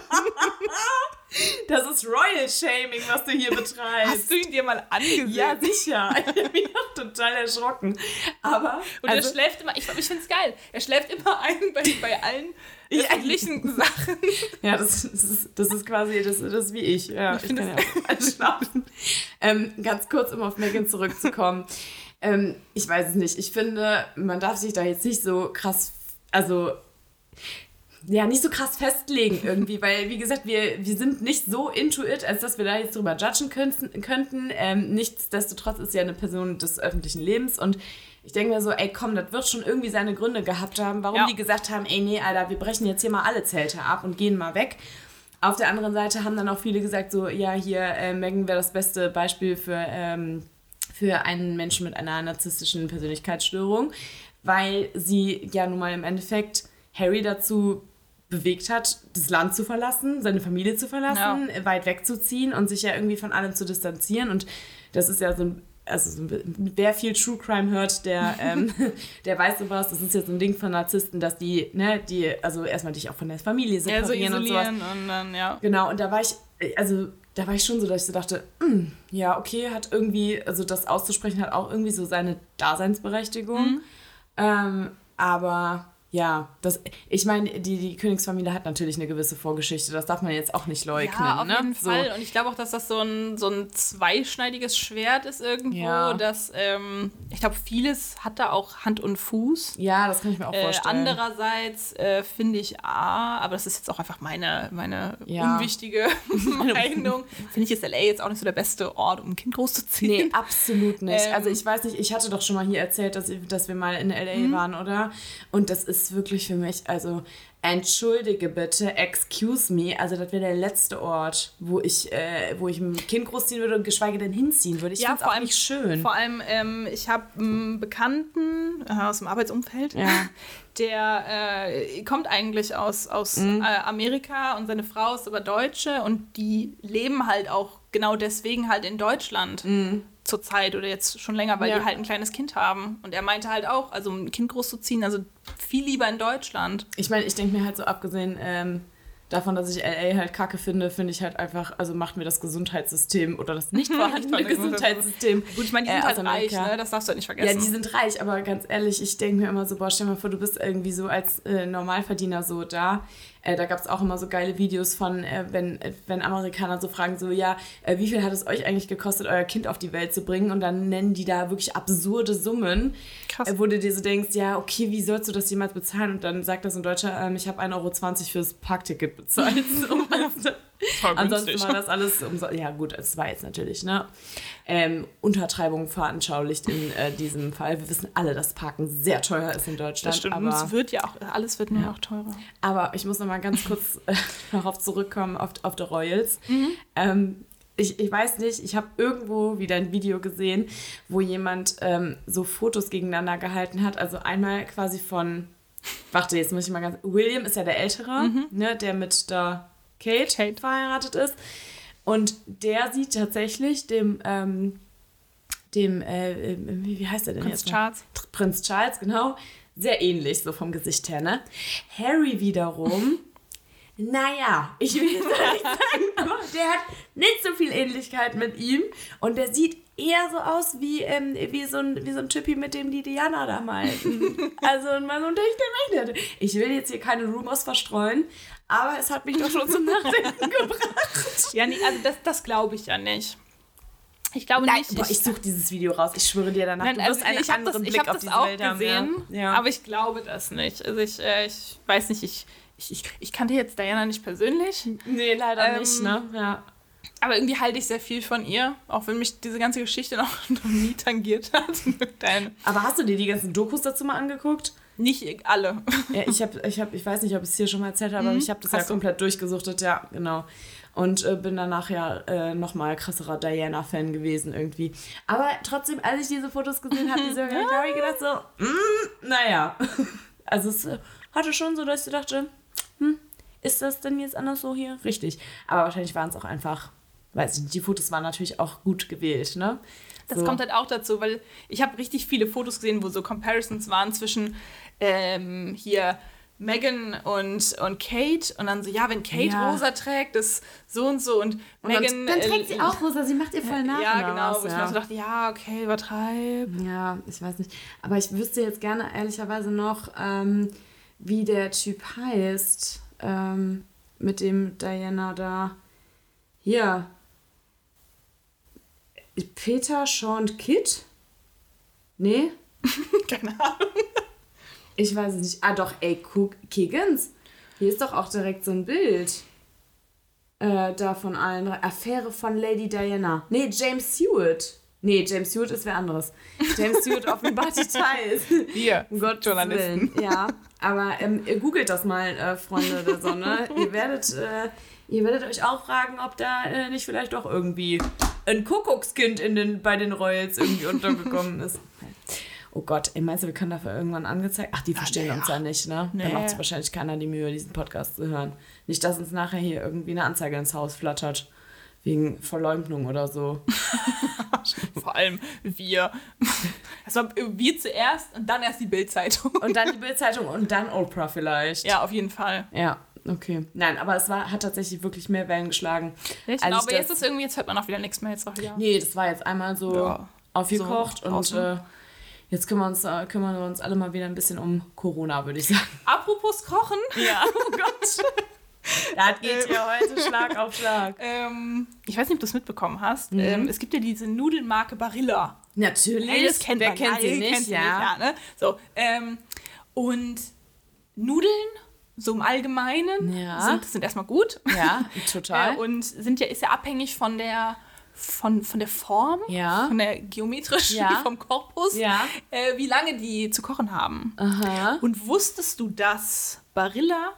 Das ist Royal Shaming, was du hier betreibst.
Hast du ihn dir mal angesehen?
Ja, sicher. Ich bin mich auch total erschrocken. Aber
und er schläft immer, ich finde es geil, er schläft immer ein bei allen öffentlichen Sachen.
Ja, das ist quasi, das ist wie ich. Ja, ich kann ja auch einschlafen. Ganz kurz, um auf Meghan zurückzukommen. Ich weiß es nicht. Ich finde, man darf sich da jetzt nicht so krass, nicht so krass festlegen irgendwie, weil, wie gesagt, wir sind nicht so into it, als dass wir da jetzt drüber judgen könnten. Nichtsdestotrotz ist sie ja eine Person des öffentlichen Lebens und ich denke mir so, ey, komm, das wird schon irgendwie seine Gründe gehabt haben, warum die gesagt haben, ey, nee, Alter, wir brechen jetzt hier mal alle Zelte ab und gehen mal weg. Auf der anderen Seite haben dann auch viele gesagt, so, ja, hier, Meghan wäre das beste Beispiel für einen Menschen mit einer narzisstischen Persönlichkeitsstörung, weil sie ja nun mal im Endeffekt Harry dazu bewegt hat, das Land zu verlassen, seine Familie zu verlassen, weit wegzuziehen und sich ja irgendwie von allem zu distanzieren. Und das ist ja wer viel True Crime hört, der weiß sowas. Das ist ja so ein Ding von Narzissten, dass die erstmal dich auch von der Familie separieren und sowas.
Und dann,
Genau, und da war ich schon so, dass ich so dachte, ja, okay, hat irgendwie, also das auszusprechen hat auch irgendwie so seine Daseinsberechtigung. Aber ja, ich meine, die Königsfamilie hat natürlich eine gewisse Vorgeschichte, das darf man jetzt auch nicht leugnen.
Ja, auf jeden
So.
Fall. Und ich glaube auch, dass das so ein zweischneidiges Schwert ist irgendwo, dass ich glaube, vieles hat da auch Hand und Fuß.
Ja, das kann ich mir auch vorstellen.
Andererseits finde ich, aber das ist jetzt auch einfach meine unwichtige Meinung, finde ich, ist L.A. jetzt auch nicht so der beste Ort, um ein Kind großzuziehen.
Nee, absolut nicht. Also ich weiß nicht, ich hatte doch schon mal hier erzählt, dass wir mal in L.A. waren, oder? Und das ist wirklich für mich, also entschuldige bitte, excuse me, also das wäre der letzte Ort, wo ich ein Kind großziehen würde und geschweige denn hinziehen würde. Ich finde es auch nicht schön.
Vor allem, ich habe einen Bekannten aus dem Arbeitsumfeld, der kommt eigentlich aus Amerika und seine Frau ist aber Deutsche und die leben halt auch genau deswegen halt in Deutschland. Zur Zeit oder jetzt schon länger, weil die halt ein kleines Kind haben. Und er meinte halt auch, also um ein Kind großzuziehen, also viel lieber in Deutschland.
Ich meine, ich denke mir halt so, abgesehen davon, dass ich L.A. halt kacke finde ich halt einfach, also macht mir das Gesundheitssystem oder das nicht vorhandene Gesundheitssystem.
Gut, ich meine, die sind halt reich, ne? Das darfst du halt nicht vergessen.
Ja, die sind reich, aber ganz ehrlich, ich denke mir immer so, boah, stell dir mal vor, du bist irgendwie so als Normalverdiener so da. Da gab es auch immer so geile Videos von, wenn Amerikaner so fragen, so, ja, wie viel hat es euch eigentlich gekostet, euer Kind auf die Welt zu bringen? Und dann nennen die da wirklich absurde Summen. Krass. Wo du dir so denkst, ja, okay, wie sollst du das jemals bezahlen? Und dann sagt das ein Deutscher, ich habe 1,20 € fürs Parkticket bezahlst. Ansonsten war das alles ja gut, es war jetzt natürlich, ne? Untertreibung veranschaulicht in diesem Fall. Wir wissen alle, dass Parken sehr teuer ist in Deutschland.
Das stimmt,
aber
es wird ja auch, alles wird nur noch teurer.
Aber ich muss noch mal ganz kurz darauf zurückkommen, auf die Royals. Ich weiß nicht, ich habe irgendwo wieder ein Video gesehen, wo jemand so Fotos gegeneinander gehalten hat. Also einmal quasi von, warte, jetzt muss ich mal ganz, William ist ja der Ältere, ne, der mit der Kate verheiratet ist. Und der sieht tatsächlich dem wie heißt er denn
Prinz
jetzt?
Charles.
Prinz Charles, genau. Sehr ähnlich, so vom Gesicht her, ne? Harry wiederum, naja, ich will jetzt nicht sagen, aber der hat nicht so viel Ähnlichkeit mit ihm. Und der sieht eher so aus wie so ein Typi, mit dem die Diana da malten. Also mal so ein Dichter. Ich will jetzt hier keine Rumors verstreuen, aber es hat mich doch schon zum Nachdenken gebracht.
Ja, nee, also das glaube ich ja nicht. Ich glaube nicht.
Boah, ich suche dieses Video raus. Ich schwöre dir danach, du wirst einen anderen Blick auf diese Welt haben.
Ich habe das auch gesehen, aber ich glaube das nicht. Also ich weiß nicht, ich kannte jetzt Diana nicht persönlich.
Nee, leider nicht, ne? Ja.
Aber irgendwie halte ich sehr viel von ihr, auch wenn mich diese ganze Geschichte noch nie tangiert hat.
Aber hast du dir die ganzen Dokus dazu mal angeguckt?
Nicht alle.
Ja, ich weiß nicht, ob ich es hier schon mal erzählt habe, aber ich habe das ja komplett durchgesuchtet, ja, genau. Und bin danach ja nochmal krasserer Diana-Fan gewesen irgendwie. Aber trotzdem, als ich diese Fotos gesehen habe, habe ich gedacht so, naja. Also es hatte schon so, dass ich dachte, ist das denn jetzt anders so hier? Richtig. Aber wahrscheinlich waren es auch einfach, weiß ich nicht, die Fotos waren natürlich auch gut gewählt, ne?
Das kommt halt auch dazu, weil ich habe richtig viele Fotos gesehen, wo so Comparisons waren zwischen hier Meghan und Kate und dann so, ja, wenn Kate rosa trägt, ist so und so und Meghan...
Dann trägt sie auch rosa, sie macht ihr voll nach.
Ja, genau, wo ich mir so dachte, ja, okay, übertreib.
Ja, ich weiß nicht. Aber ich wüsste jetzt gerne ehrlicherweise noch, wie der Typ heißt, mit dem Diana da... Hier. Peter, Sean, Kit? Nee?
Keine Ahnung.
Ich weiß es nicht. Ah, doch, ey, Kiggins. Hier ist doch auch direkt so ein Bild. Da von allen. Affäre von Lady Diana. Nee, James Stewart. Nee, James Stewart ist wer anderes. James Stewart offenbart Details.
Wir,
um Gottes
Journalisten.
Willen. Ja, aber ihr googelt das mal, Freunde der Sonne. Ihr werdet euch auch fragen, ob da nicht vielleicht doch irgendwie ein Kuckuckskind bei den Royals irgendwie untergekommen ist. Oh Gott, ey, meinst du, wir können dafür irgendwann angezeigt? Ach, die verstehen uns ja nicht, ne?
Nee.
Da macht sich wahrscheinlich keiner die Mühe, diesen Podcast zu hören. Nicht, dass uns nachher hier irgendwie eine Anzeige ins Haus flattert. Wegen Verleumdung oder so.
Vor allem wir. Das war wir zuerst und dann erst die Bild-Zeitung.
Und dann die Bild-Zeitung und dann Oprah vielleicht.
Ja, auf jeden Fall.
Ja, okay. Nein, aber es hat tatsächlich wirklich mehr Wellen geschlagen.
Ich glaube, jetzt hört man auch wieder nichts mehr.
Nee, das war jetzt einmal so aufgekocht
so
und jetzt kümmern wir uns alle mal wieder ein bisschen um Corona, würde ich sagen.
Apropos Kochen.
Ja, oh Gott. Das geht hier heute Schlag auf Schlag.
Ich weiß nicht, ob du es mitbekommen hast. Es gibt ja diese Nudelmarke Barilla.
Natürlich.
Hey, das kennt
Wer
man.
kennt sie nicht? Ja.
Ne? So, und Nudeln, so im Allgemeinen, sind erstmal gut.
Ja, total.
Und ist ja abhängig von der Form, von der geometrischen, vom Korpus, wie lange die zu kochen haben.
Aha.
Und wusstest du, dass Barilla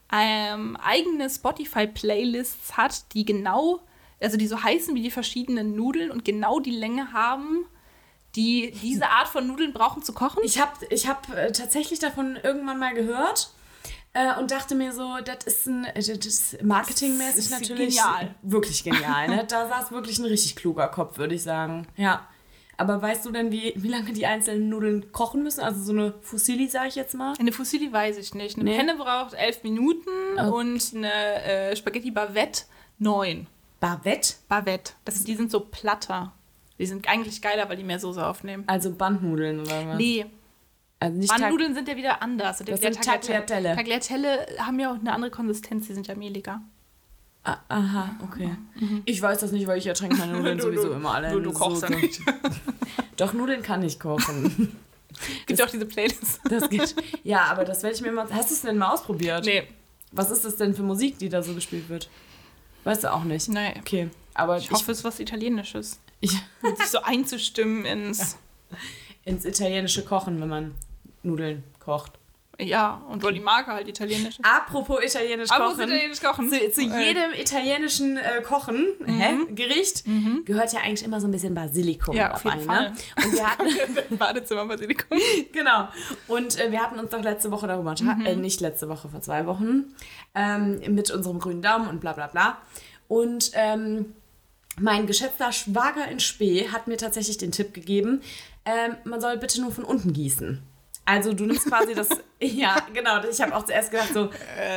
eigene Spotify-Playlists hat, die die so heißen wie die verschiedenen Nudeln und genau die Länge haben, die diese Art von Nudeln brauchen zu kochen?
Ich hab tatsächlich davon irgendwann mal gehört und dachte mir so, das ist marketingmäßig
das ist
natürlich
genial.
Wirklich genial. Ne? Da saß wirklich ein richtig kluger Kopf, würde ich sagen. Ja. Aber weißt du denn, wie lange die einzelnen Nudeln kochen müssen? Also so eine Fusilli, sage ich jetzt mal.
Eine Fusilli weiß ich nicht. Eine Penne braucht 11 Minuten und eine Spaghetti Bavette 9.
Bavette?
Bavette. Die sind so platter. Die sind eigentlich geiler, weil die mehr Soße aufnehmen.
Also Bandnudeln oder was?
Nee.
Also nicht
Bandnudeln sind ja wieder anders.
Das sind Tagliatelle.
Tagliatelle haben ja auch eine andere Konsistenz. Die sind ja mehliger.
Aha, okay. Ich weiß das nicht, weil ich ertränke meine Nudeln sowieso immer alle.
Du kochst ja nicht.
Doch, Nudeln kann ich kochen.
Gibt ja auch diese Playlist.
Das geht. Ja, aber das werde ich mir mal... Hast du es denn mal ausprobiert?
Nee.
Was ist das denn für Musik, die da so gespielt wird? Weißt du auch nicht?
Nein.
Okay, aber
Ich hoffe, es ist was Italienisches.
ich
Sich so einzustimmen ins...
ins italienische Kochen, wenn man Nudeln kocht.
Ja, und weil die Marke halt italienisch ist.
Apropos italienisch kochen. Zu jedem italienischen Kochen, Gericht, gehört ja eigentlich immer so ein bisschen Basilikum
Ja, auf
dabei.
jeden Fall.
Ne? Und wir hatten,
Badezimmer Basilikum.
genau. Und wir hatten uns doch letzte Woche darüber nicht letzte Woche, vor 2 Wochen, mit unserem grünen Daumen und bla bla bla. Und mein geschätzter Schwager in Spee hat mir tatsächlich den Tipp gegeben, man soll bitte nur von unten gießen. Also du nimmst quasi das, ja genau, ich habe auch zuerst gedacht so,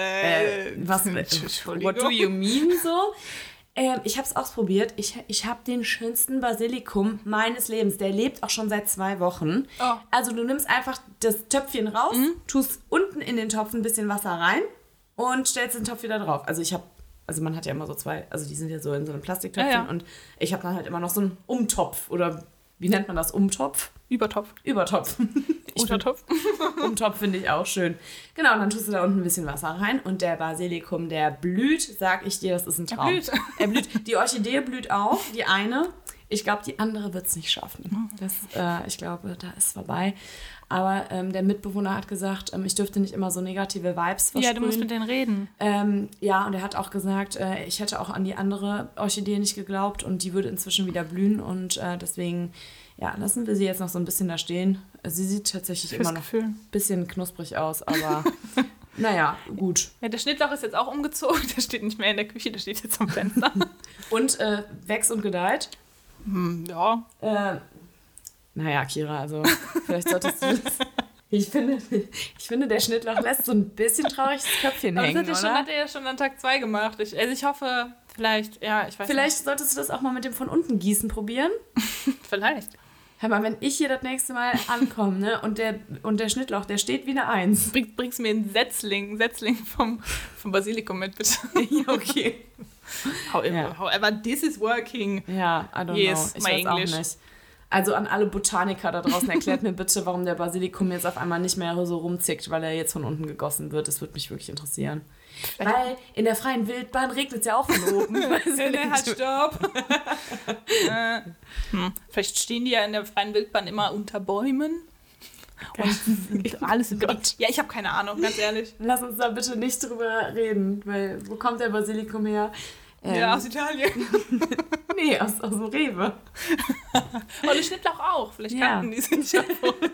what do you mean so? Ich habe es ausprobiert, ich habe den schönsten Basilikum meines Lebens, der lebt auch schon seit 2 Wochen.
Oh.
Also du nimmst einfach das Töpfchen raus, tust unten in den Topf ein bisschen Wasser rein und stellst den Topf wieder drauf. Also man hat ja immer so 2, also die sind ja so in so einem Plastiktöpfchen und ich habe dann halt immer noch so einen Umtopf oder wie nennt man das? Umtopf?
Übertopf.
Untertopf. Umtopf finde ich auch schön. Genau, und dann tust du da unten ein bisschen Wasser rein und der Basilikum, der blüht, sag ich dir, das ist ein Traum. Er blüht. Die Orchidee blüht auch, die eine. Ich glaube, die andere wird es nicht schaffen. Ich glaube, da ist vorbei. Aber der Mitbewohner hat gesagt, ich dürfte nicht immer so negative Vibes versprühen.
Ja, du musst mit denen reden.
Ja, und er hat auch gesagt, ich hätte auch an die andere Orchidee nicht geglaubt und die würde inzwischen wieder blühen und deswegen, ja, lassen wir sie jetzt noch so ein bisschen da stehen. Sie sieht tatsächlich immer noch ein bisschen knusprig aus, aber naja, gut.
Ja, der Schnittlauch ist jetzt auch umgezogen, der steht nicht mehr in der Küche, der steht jetzt am Fenster.
Und wächst und gedeiht.
Ja.
Naja, Kira, also vielleicht solltest du das... Ich finde, der Schnittlauch lässt so ein bisschen traurig das Köpfchen hängen,
Das hat er ja schon an Tag 2 gemacht. Ich hoffe, vielleicht, ja, ich weiß
Vielleicht
nicht.
solltest du das auch mal mit dem von unten gießen probieren.
Vielleicht.
Hör mal, wenn ich hier das nächste Mal ankomme, ne, und der Schnittlauch, der steht wie eine 1.
Bringst mir einen Setzling vom Basilikum mit, bitte.
Ja, okay.
However, this is working.
Ja, I don't know.
Yes,
Ich
my
weiß
English.
auch nicht. Also an alle Botaniker da draußen, erklärt mir bitte, warum der Basilikum jetzt auf einmal nicht mehr so rumzickt, weil er jetzt von unten gegossen wird. Das würde mich wirklich interessieren. Weil in der freien Wildbahn regnet es ja auch von oben.
Stopp. Vielleicht stehen die ja in der freien Wildbahn immer unter Bäumen. Und alles im Gott. Ja, ich habe keine Ahnung, ganz ehrlich.
Lass uns da bitte nicht drüber reden, weil wo kommt der Basilikum her?
Ja, aus Italien.
Nee, aus dem Rewe.
Und der Schnittlauch auch. Vielleicht kannten die sich schon.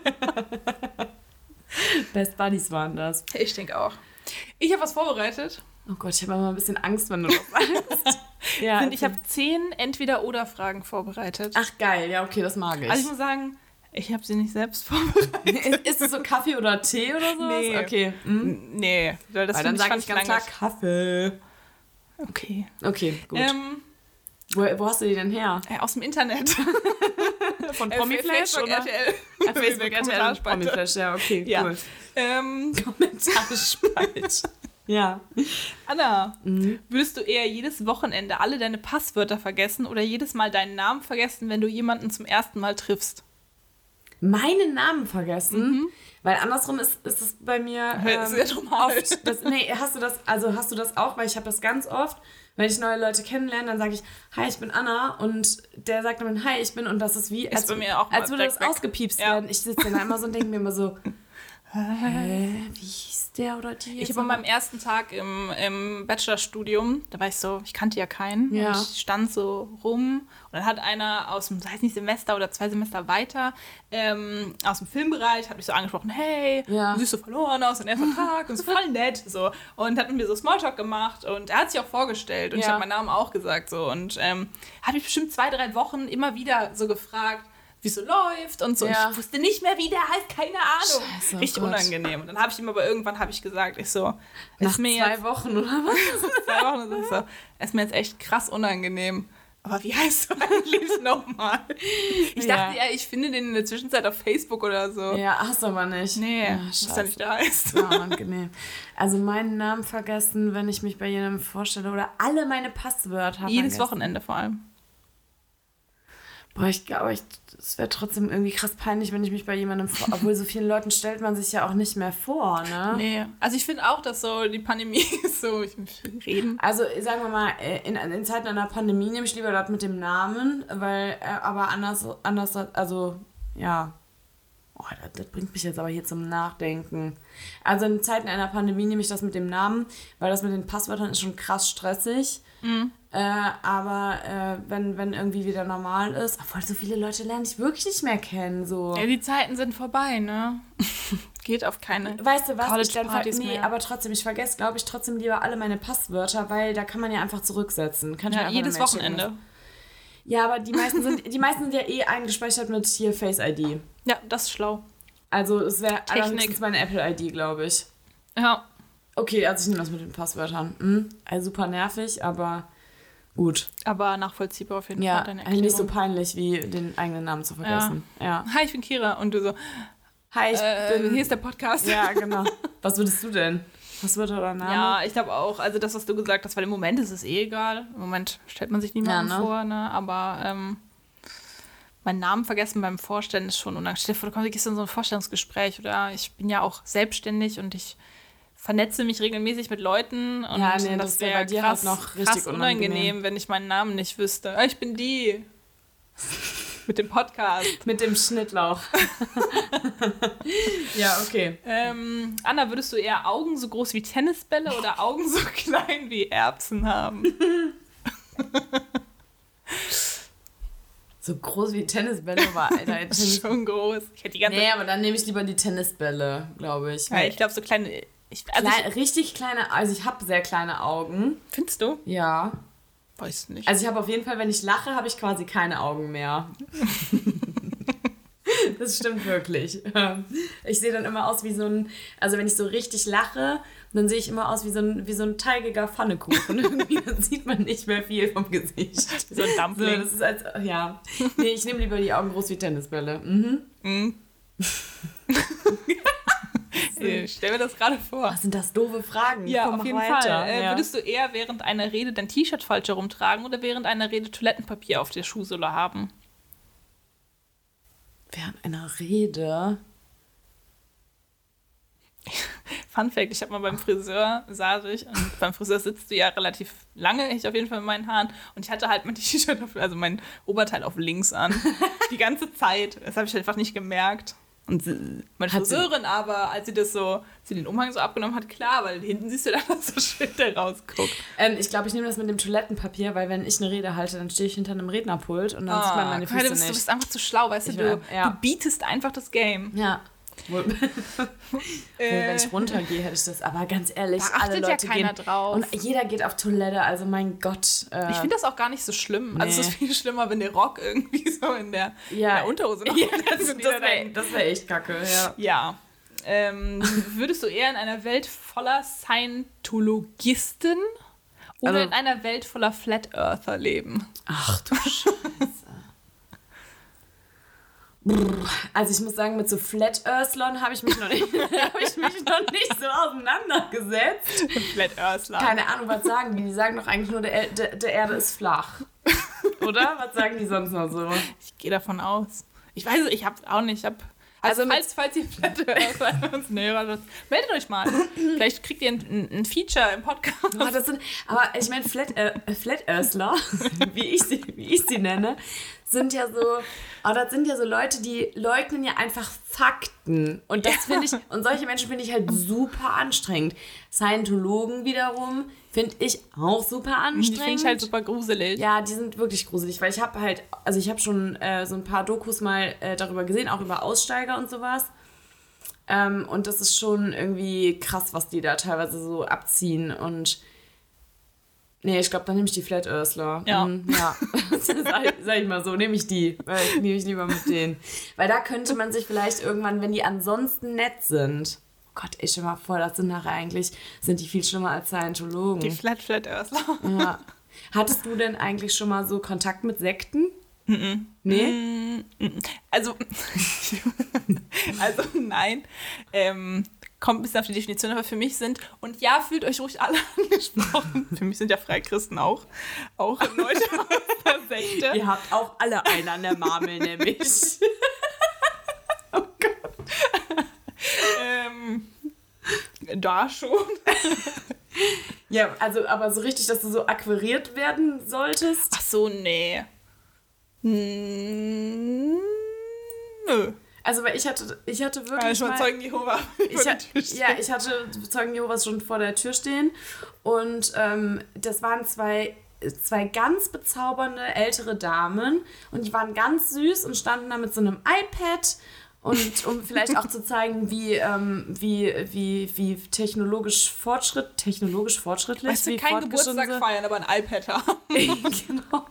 Best Buddies waren das.
Ich denke auch. Ich habe was vorbereitet.
Oh Gott, ich habe immer ein bisschen Angst, wenn du das sagst. Ja,
Ich habe 10 Entweder-Oder-Fragen vorbereitet.
Ach geil, ja okay, das mag ich.
Also ich muss sagen, ich habe sie nicht selbst vorbereitet.
Ist es so Kaffee oder Tee oder so?
Nee.
Okay.
Nee, weil das
Dann sage ich ganz klar Kaffee.
Okay.
Okay, gut. Wo hast du die denn her?
Aus dem Internet.
Von Promiflash
Facebook,
oder?
RTL.
Facebook, RTL, Promiflash, ja, okay,
Ja.
cool.
Kommentarspalt.
Ja.
Anna, würdest du eher jedes Wochenende alle deine Passwörter vergessen oder jedes Mal deinen Namen vergessen, wenn du jemanden zum ersten Mal triffst?
Meinen Namen vergessen? Weil andersrum ist es bei mir
Sehr normal.
oft. Hast du das auch? Weil ich habe das ganz oft, wenn ich neue Leute kennenlerne, dann sage ich, hi, ich bin Anna und der sagt dann, hi, ich bin und das ist wie,
Ist bei mir auch
als
mal
würde das
weg.
ausgepiepst
Ja.
werden. Ich sitze dann immer so und denke mir immer so, wie hieß der oder die?
Ich habe an meinem ersten Tag im Bachelorstudium, da war ich so, ich kannte ja keinen.
Ja.
Und ich stand so rum und dann hat einer aus dem, weiß nicht, Semester oder 2 Semester weiter, aus dem Filmbereich, hat mich so angesprochen, hey,
Ja.
du siehst so verloren aus, dein erster Tag und so voll nett. So. Und hat mit mir so Smalltalk gemacht und er hat sich auch vorgestellt und ich
Ja.
habe meinen Namen auch gesagt. So. Und habe mich bestimmt 2-3 Wochen immer wieder so gefragt, wie es so läuft und so.
Ja.
Und ich wusste nicht mehr, wie der heißt, keine Ahnung.
Scheiße, oh
Richtig
Gott.
unangenehm. Und dann habe ich ihm aber irgendwann gesagt, ich so,
Nach
ist mir
2
jetzt
Wochen oder was?
2 Wochen, und so, ist mir jetzt echt krass unangenehm. Aber wie heißt du eigentlich nochmal? Ich dachte ja, ich finde den in der Zwischenzeit auf Facebook oder so.
Ja, hast du aber nicht.
Nee,
Ja,
was
scheiße.
da nicht da heißt.
Ja, unangenehm. Also meinen Namen vergessen, wenn ich mich bei jemandem vorstelle oder alle meine Passwörter
Jedes
vergessen.
Wochenende vor allem.
Boah, ich glaube, es wäre trotzdem irgendwie krass peinlich, wenn ich mich bei jemandem obwohl so vielen Leuten stellt man sich ja auch nicht mehr vor, ne?
Nee, also ich finde auch, dass so die Pandemie ist so, ich muss reden.
Also sagen wir mal, in Zeiten einer Pandemie nehme ich lieber das mit dem Namen, weil, aber anders, also, ja. Oh, das bringt mich jetzt aber hier zum Nachdenken. Also in Zeiten einer Pandemie nehme ich das mit dem Namen, weil das mit den Passwörtern ist schon krass stressig. Mhm. Aber wenn irgendwie wieder normal ist, obwohl so viele Leute lerne ich wirklich nicht mehr kennen. So.
Ja, die Zeiten sind vorbei, ne? Geht auf keine
Weißt du was?
College-Partys mehr.
Aber trotzdem, ich vergesse, glaube ich, trotzdem lieber alle meine Passwörter, weil da kann man ja einfach zurücksetzen. Kann
ja, jedes Wochenende.
Ja, aber die meisten sind ja eh eingespeichert mit hier Face ID.
Ja, das ist schlau.
Also es wäre allerdings meine Apple ID, glaube ich.
Ja.
Okay, also ich nehme das mit den Passwörtern. Also super nervig, aber gut.
Aber nachvollziehbar auf jeden Fall.
Ja,
Deine
nicht so peinlich, wie den eigenen Namen zu vergessen. Ja.
Hi, ich bin Kira. Und du so,
hi, ich bin...
Hier ist der Podcast.
Ja, genau. Was würdest du denn? Passwörter oder Name?
Ja, ich glaube auch. Also das, was du gesagt hast, weil im Moment ist es eh egal. Im Moment stellt man sich niemanden vor, ne? Aber meinen Namen vergessen beim Vorstellen ist schon unangenehm. Stell dir vor, du gehst in so ein Vorstellungsgespräch oder ich bin ja auch selbstständig und ich vernetze mich regelmäßig mit Leuten und das wäre bei dir krass, halt noch richtig unangenehm, wenn ich meinen Namen nicht wüsste. Ich bin die. Mit dem Podcast.
Mit dem Schnittlauch. Ja, okay.
Anna, würdest du eher Augen so groß wie Tennisbälle oder Augen so klein wie Erbsen haben?
So groß wie Tennisbälle war, Alter.
Schon groß. Ich hätte die ganze
aber dann nehme ich lieber die Tennisbälle, glaube ich.
Ja, ich glaube, so kleine...
richtig kleine... Also ich habe sehr kleine Augen.
Findest du?
Ja.
Weiß nicht.
Also ich habe auf jeden Fall, wenn ich lache, habe ich quasi keine Augen mehr. Das stimmt wirklich. Ich sehe dann immer aus wie so ein... Also wenn ich so richtig lache, dann sehe ich immer aus wie so ein teigiger Pfannekuchen. Irgendwie dann sieht man nicht mehr viel vom Gesicht.
So ein Dumpling.
So, das ist als, ja. Nee, ich nehme lieber die Augen groß wie Tennisbälle. Mhm.
Stell mir das gerade vor.
Was sind das doofe Fragen?
Ja,
Komm,
auf jeden
weiter.
Fall. Würdest du eher während einer Rede dein T-Shirt falsch herumtragen oder während einer Rede Toilettenpapier auf der Schuhsohle haben?
Während einer Rede?
Fun Fact, ich habe mal beim Friseur, und beim Friseur sitzt du ja relativ lange, ich auf jeden Fall mit meinen Haaren, und ich hatte halt mein T-Shirt, also mein Oberteil auf links an. Die ganze Zeit. Das habe ich einfach nicht gemerkt. Und meine Friseurin aber, als sie den Umhang so abgenommen hat, klar, weil hinten siehst du dann, dass so Schilder rausguckt.
Ich glaube, ich nehme das mit dem Toilettenpapier, weil wenn ich eine Rede halte, dann stehe ich hinter einem Rednerpult und dann sieht man meine Füße nicht.
Du bist einfach zu schlau, weißt du, du bietest einfach das Game.
Ja. Wenn ich runtergehe, hätte ich das. Aber ganz ehrlich,
da achtet
alle Leute
ja keiner
gehen
drauf.
Und jeder geht auf Toilette, also mein Gott.
Ich finde das auch gar nicht so schlimm. Nee. Also es ist viel schlimmer, wenn der Rock irgendwie so in der Unterhose noch
das wäre echt kacke, ja.
Ja. Würdest du eher in einer Welt voller Scientologisten oder in einer Welt voller Flat Earther leben?
Ach du Scheiße. Also ich muss sagen, mit so Flat Earthlern habe ich mich noch nicht so auseinandergesetzt.
Flat Earthler.
Keine Ahnung, was sagen die? Die sagen doch eigentlich nur, der Erde ist flach. Oder? Was sagen die sonst noch so?
Ich gehe davon aus. Ich weiß es, ich habe auch nicht. Also falls ihr Flat Earthler uns hören, meldet euch mal. Vielleicht kriegt ihr ein Feature im Podcast.
Aber ich meine, Flat Earthler, wie ich sie nenne, sind ja so, das sind ja so Leute, die leugnen ja einfach Fakten. Und das finde ich, und solche Menschen finde ich halt super anstrengend. Scientologen wiederum finde ich auch super anstrengend.
Die finde ich halt super gruselig.
Ja, die sind wirklich gruselig, weil ich habe schon so ein paar Dokus mal darüber gesehen, auch über Aussteiger und sowas. Und das ist schon irgendwie krass, was die da teilweise so abziehen und nee, ich glaube, dann nehme ich die Flat Earthler.
Ja.
Ja. Sag ich mal so, nehme ich die. Weil nehme ich lieber mit denen. Weil da könnte man sich vielleicht irgendwann, wenn die ansonsten nett sind. Oh Gott, ich stell mal vor, das sind nachher eigentlich, sind die viel schlimmer als Scientologen.
Die Flat Earthler.
Ja. Hattest du denn eigentlich schon mal so Kontakt mit Sekten? Nee?
Also nein. kommt ein bisschen auf die Definition, aber für mich sind, und ja, fühlt euch ruhig alle angesprochen, für mich sind ja Freichristen auch Leute aus der Sekte.
Ihr habt auch alle einen an der Marmel, nämlich.
Oh Gott. Da schon.
Ja, also, aber so richtig, dass du so akquiriert werden solltest?
Ach so, nee. Nö.
Also, weil ich hatte wirklich
schon
mal...
Zeugen Jehova.
Ich hatte Zeugen Jehovas schon vor der Tür stehen und das waren zwei ganz bezaubernde ältere Damen und die waren ganz süß und standen da mit so einem iPad und um vielleicht auch zu zeigen, wie technologisch fortschrittlich,
Weißt du,
wie
kein
fortgeschritten
Geburtstag
sie-
feiern, aber ein iPad haben.
Genau.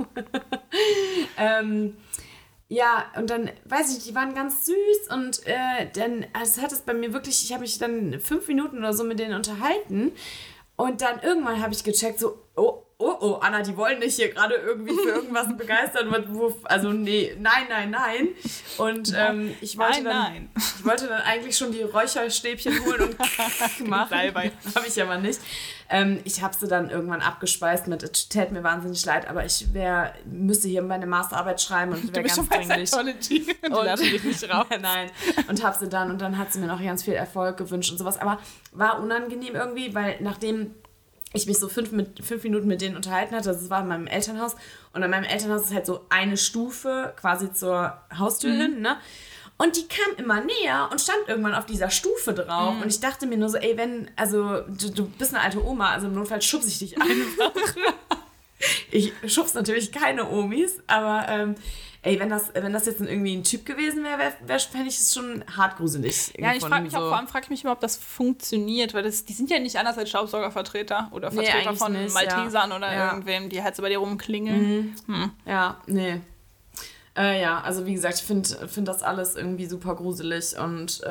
Ja, und dann, weiß ich, die waren ganz süß und dann, also hat es bei mir wirklich, ich habe mich dann 5 Minuten oder so mit denen unterhalten und dann irgendwann habe ich gecheckt, so, oh, Anna, die wollen dich hier gerade irgendwie für irgendwas begeistern, also nee, nein. Und ich wollte dann eigentlich schon die Räucherstäbchen holen und machen. Habe ich aber nicht. Ich habe sie dann irgendwann abgespeist mit, es täte mir wahnsinnig leid, aber ich müsste hier meine Masterarbeit schreiben und wäre ganz dringlich.
Und lass mich nicht raus.
Nein. Und habe sie dann, und dann hat sie mir noch ganz viel Erfolg gewünscht und sowas. Aber war unangenehm irgendwie, weil nachdem ich mich so 5 Minuten mit denen unterhalten hatte, das war in meinem Elternhaus, und in meinem Elternhaus ist halt so eine Stufe quasi zur Haustür hin, ne? Und die kam immer näher und stand irgendwann auf dieser Stufe drauf. Und ich dachte mir nur so, ey, du bist eine alte Oma, also im Notfall schubse ich dich einfach. Ich schubse natürlich keine Omis, aber wenn das jetzt irgendwie ein Typ gewesen wäre, fände ich es schon hart gruselig.
Ja, ich frage mich auch, vor allem frage ich mich immer, ob das funktioniert, weil die sind ja nicht anders als Staubsaugervertreter oder Vertreter von
nicht,
Maltesern oder irgendwem, die halt so bei dir rumklingeln.
Ja, nee. Ja, also wie gesagt, ich find das alles irgendwie super gruselig und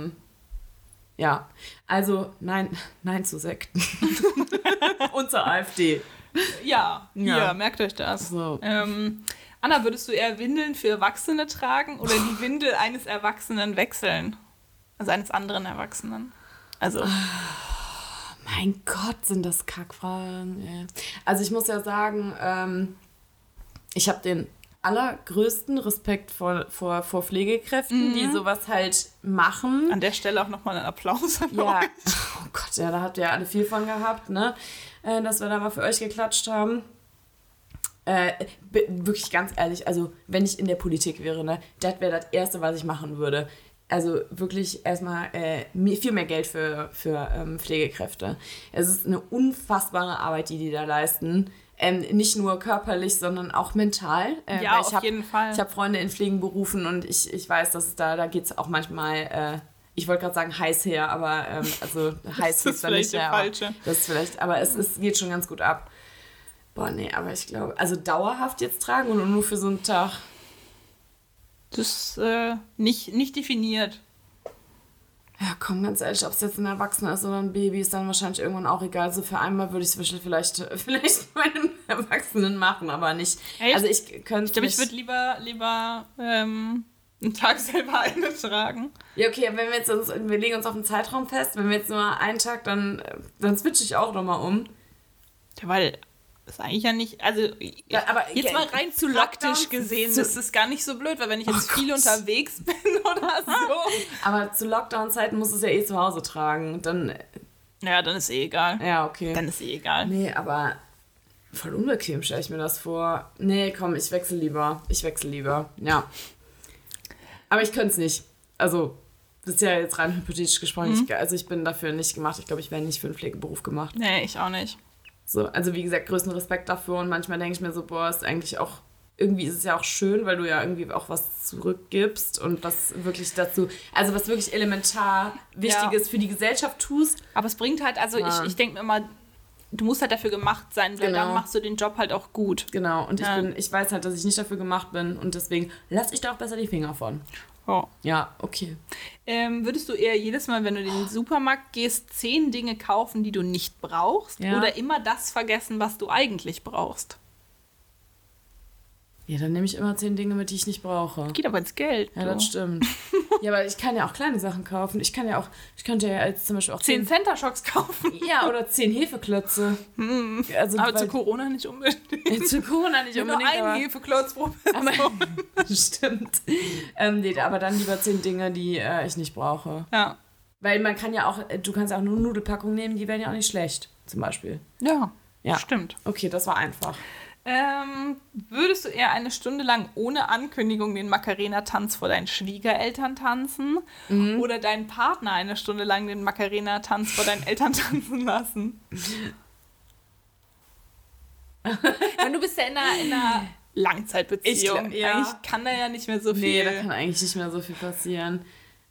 ja, also nein zu Sekten. Und zur AfD.
Ja, merkt euch das.
So.
Anna, würdest du eher Windeln für Erwachsene tragen oder die Windel eines Erwachsenen wechseln? Also eines anderen Erwachsenen. Also.
Mein Gott, sind das Kackfragen. Ey. Also ich muss ja sagen, ich habe den allergrößten Respekt vor Pflegekräften, die sowas halt machen.
An der Stelle auch nochmal einen Applaus an
Ja,
euch.
oh Gott, ja, da habt ihr ja alle viel von gehabt, ne? Dass wir da mal für euch geklatscht haben. Wirklich ganz ehrlich, also wenn ich in der Politik wäre, ne, das wäre das Erste, was ich machen würde. Also wirklich erstmal viel mehr Geld für Pflegekräfte. Es ist eine unfassbare Arbeit, die da leisten. Nicht nur körperlich, sondern auch mental.
Ja, auf jeden Fall.
Ich habe Freunde in Pflegenberufen und ich weiß, dass es da geht es auch manchmal, ich wollte gerade sagen heiß her, aber also heiß ist dann nicht mehr. Das ist vielleicht, aber es geht schon ganz gut ab. Boah, nee, aber ich glaube, also dauerhaft jetzt tragen oder nur für so einen Tag?
Das ist nicht definiert.
Ja, komm, ganz ehrlich, ob es jetzt ein Erwachsener ist oder ein Baby, ist dann wahrscheinlich irgendwann auch egal. Also für einmal würde ich es vielleicht bei einem Erwachsenen machen, aber nicht.
Echt?
Also ich könnte
Ich glaube, ich würde lieber einen Tag selber eine tragen.
Ja, okay, wenn wir legen uns auf einen Zeitraum fest, wenn wir jetzt nur einen Tag, dann switche ich auch nochmal um.
Ja, weil das ist eigentlich ja nicht, also
Ja, aber
jetzt mal rein zu praktisch gesehen, das ist gar nicht so blöd, weil wenn ich jetzt viel unterwegs bin oder so.
Aber zu Lockdown-Zeiten muss es ja zu Hause tragen. Dann,
Ja, dann ist egal.
ja, okay.
Dann ist egal.
Nee, aber voll unbequem stelle ich mir das vor. Nee, komm, ich wechsle lieber. Ja. Aber ich könnte es nicht. Also, das ist ja jetzt rein hypothetisch gesprochen. Ich bin dafür nicht gemacht. Ich glaube, ich wäre nicht für einen Pflegeberuf gemacht.
Nee, ich auch nicht.
So, also wie gesagt, größten Respekt dafür und manchmal denke ich mir so, boah, ist eigentlich auch, irgendwie ist es ja auch schön, weil du ja irgendwie auch was zurückgibst und was wirklich dazu, also was wirklich elementar Wichtiges für die Gesellschaft tust.
Aber es bringt halt, also ich denke mir immer, du musst halt dafür gemacht sein, weil dann machst du den Job halt auch gut.
Genau, und ich weiß halt, dass ich nicht dafür gemacht bin und deswegen lasse ich da auch besser die Finger von.
Oh.
Ja, okay.
Würdest du eher jedes Mal, wenn du in den Supermarkt gehst, 10 Dinge kaufen, die du nicht brauchst?
Ja.
Oder immer das vergessen, was du eigentlich brauchst?
Ja, dann nehme ich immer 10 Dinge mit, die ich nicht brauche.
Geht aber ins Geld.
Ja,
du.
das stimmt. Ja, aber ich kann ja auch kleine Sachen kaufen. Ich könnte ja jetzt zum Beispiel auch
10 Center Shocks kaufen.
Ja, oder 10 Hefeklötze. Also,
Aber zu Corona nicht unbedingt.
Zu Corona nicht
Nur
unbedingt,
einen
aber...
Hefeklotz pro Person.
Stimmt. Nee, aber dann lieber 10 Dinge, die ich nicht brauche.
Ja.
Weil man kann ja auch, du kannst auch nur Nudelpackungen nehmen, die werden ja auch nicht schlecht, zum Beispiel.
Ja, stimmt.
Okay, das war einfach.
Würdest du eher eine Stunde lang ohne Ankündigung den Macarena-Tanz vor deinen Schwiegereltern tanzen oder deinen Partner eine Stunde lang den Macarena-Tanz vor deinen Eltern tanzen lassen? Du bist ja in einer Langzeitbeziehung.
Ja.
Eigentlich kann da ja nicht mehr so viel...
Nee, da kann eigentlich nicht mehr so viel passieren.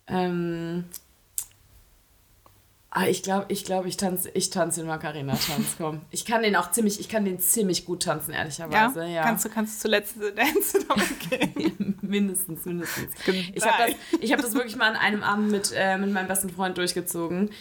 Ich glaube, ich tanze den Macarena-Tanz, komm. Ich kann den ziemlich gut tanzen, ehrlicherweise. Ja.
Kannst du zuletzt Dance damit gehen?
mindestens. Ich hab das wirklich mal an einem Abend mit meinem besten Freund durchgezogen.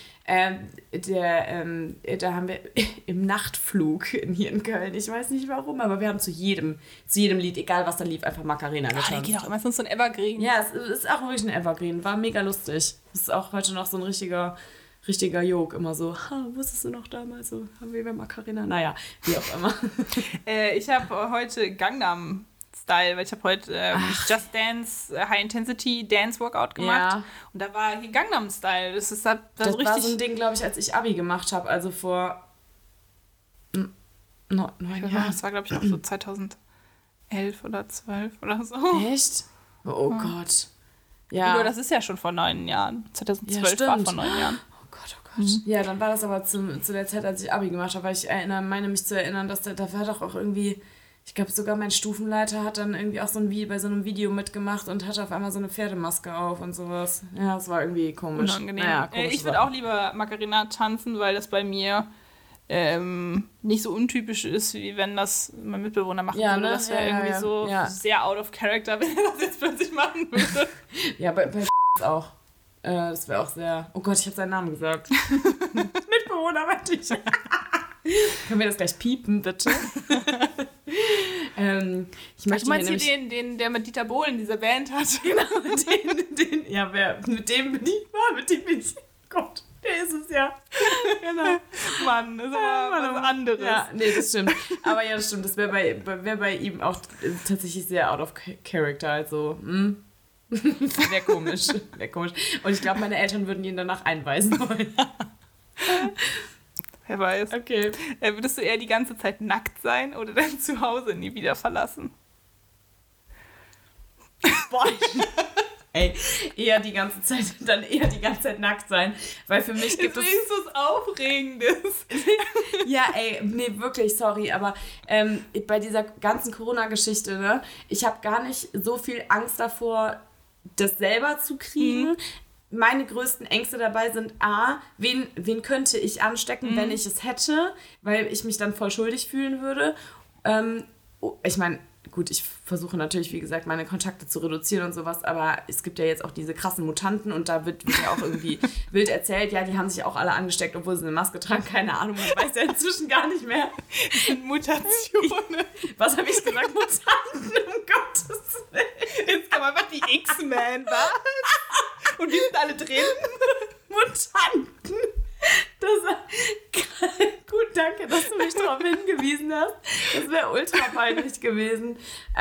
Da haben wir im Nachtflug hier in Köln, ich weiß nicht warum, aber wir haben zu jedem Lied, egal was da lief, einfach Macarena getanzt.
Der geht auch immer so ein Evergreen.
Ja, es ist auch wirklich ein Evergreen. War mega lustig. Das ist auch heute noch so ein richtiger Joke. Immer so, wusstest du noch damals, so haben wir Macarena? Naja, wie auch immer.
Ich habe heute Gangnam Style, weil ich habe heute Just Dance High Intensity Dance Workout gemacht.
Ja.
Und da war hier Gangnam Style. Das
Das
richtig...
war so ein Ding, glaube ich, als ich Abi gemacht habe, also vor 9 Jahren.
Das war, glaube ich, auch so 2011 oder 12 oder so.
Echt? Oh Gott. Ja.
Nur das ist ja schon vor 9 Jahren. 2012 war vor 9 Jahren.
Oh Gott. Ja, dann war das aber zu der Zeit, als ich Abi gemacht habe, weil ich meine mich zu erinnern, dass da war doch auch irgendwie, ich glaube sogar mein Stufenleiter hat dann irgendwie auch bei so einem Video mitgemacht und hatte auf einmal so eine Pferdemaske auf und sowas. Ja, das war irgendwie komisch.
Unangenehm.
Naja, komisch
ich würde auch lieber Macarena tanzen, weil das bei mir nicht so untypisch ist, wie wenn das mein Mitbewohner machen würde.
Ne?
Das wäre irgendwie sehr out of character, wenn er das jetzt plötzlich machen würde.
Ja, bei auch. Das wäre auch sehr... Oh Gott, ich habe seinen Namen gesagt. Mitbewohner, meinte ich. Können wir das gleich piepen, bitte? Ich möchte
du meinst hier den, der mit Dieter Bohlen diese Band hat?
Genau, den. Ja, mit dem bin ich... Gott, der ist es ja. Genau.
Mann, das ist aber was anderes.
Ja, nee, das stimmt. Aber ja, das stimmt. Das wäre bei ihm auch tatsächlich sehr out of character. Also, wäre komisch. Und ich glaube, meine Eltern würden ihn danach einweisen wollen.
Wer weiß.
Okay.
Würdest du eher die ganze Zeit nackt sein oder dein Zuhause nie wieder verlassen?
Boah. Ey, eher die ganze Zeit nackt sein. Weil für mich gibt es...
Jetzt ist was Aufregendes.
Ja, ey, nee, wirklich, sorry, aber bei dieser ganzen Corona-Geschichte, ne, ich habe gar nicht so viel Angst davor, das selber zu kriegen. Meine größten Ängste dabei sind wen könnte ich anstecken, wenn ich es hätte, weil ich mich dann voll schuldig fühlen würde. Ich meine, gut, ich versuche natürlich, wie gesagt, meine Kontakte zu reduzieren und sowas, aber es gibt ja jetzt auch diese krassen Mutanten und da wird ja auch irgendwie wild erzählt, ja, die haben sich auch alle angesteckt, obwohl sie eine Maske tragen, keine Ahnung, man weiß ja inzwischen gar nicht mehr.
Mutationen.
Was habe ich gesagt? Mutanten, um Gottes Willen.
Jetzt kommen einfach die X-Men, was? Und wir sind alle drin.
Mutanten. Gut, danke, dass du mich darauf hingewiesen hast. Das wäre ultra peinlich gewesen.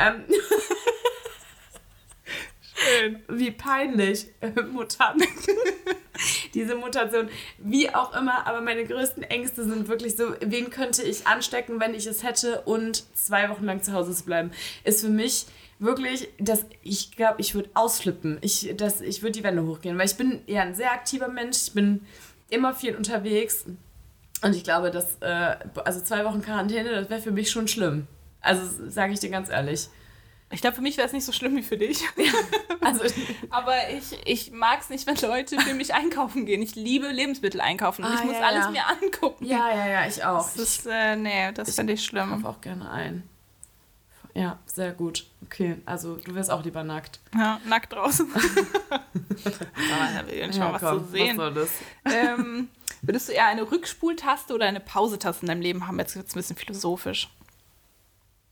Schön. Wie peinlich. Mutanten. Diese Mutation. Wie auch immer, aber meine größten Ängste sind wirklich so, wen könnte ich anstecken, wenn ich es hätte und 2 Wochen lang zu Hause zu bleiben. Ist für mich wirklich, ich glaube, ich würde ausflippen. Ich würde die Wände hochgehen, weil ich bin eher ein sehr aktiver Mensch. Ich bin immer viel unterwegs. Und ich glaube, dass 2 Wochen Quarantäne, das wäre für mich schon schlimm. Also sage ich dir ganz ehrlich.
Ich glaube, für mich wäre es nicht so schlimm wie für dich.
Also,
aber ich mag es nicht, wenn Leute für mich einkaufen gehen. Ich liebe Lebensmittel einkaufen und ich muss alles mir angucken.
Ja, ich auch.
Das finde ich schlimm.
Ich kaufe auch gerne ein. Ja, sehr gut. Okay, also du wärst auch lieber nackt.
Ja, nackt draußen. Da will ich nicht mal was zu sehen.
Was soll das?
Würdest du eher eine Rückspultaste oder eine Pausetaste in deinem Leben haben? Jetzt wird es ein bisschen philosophisch.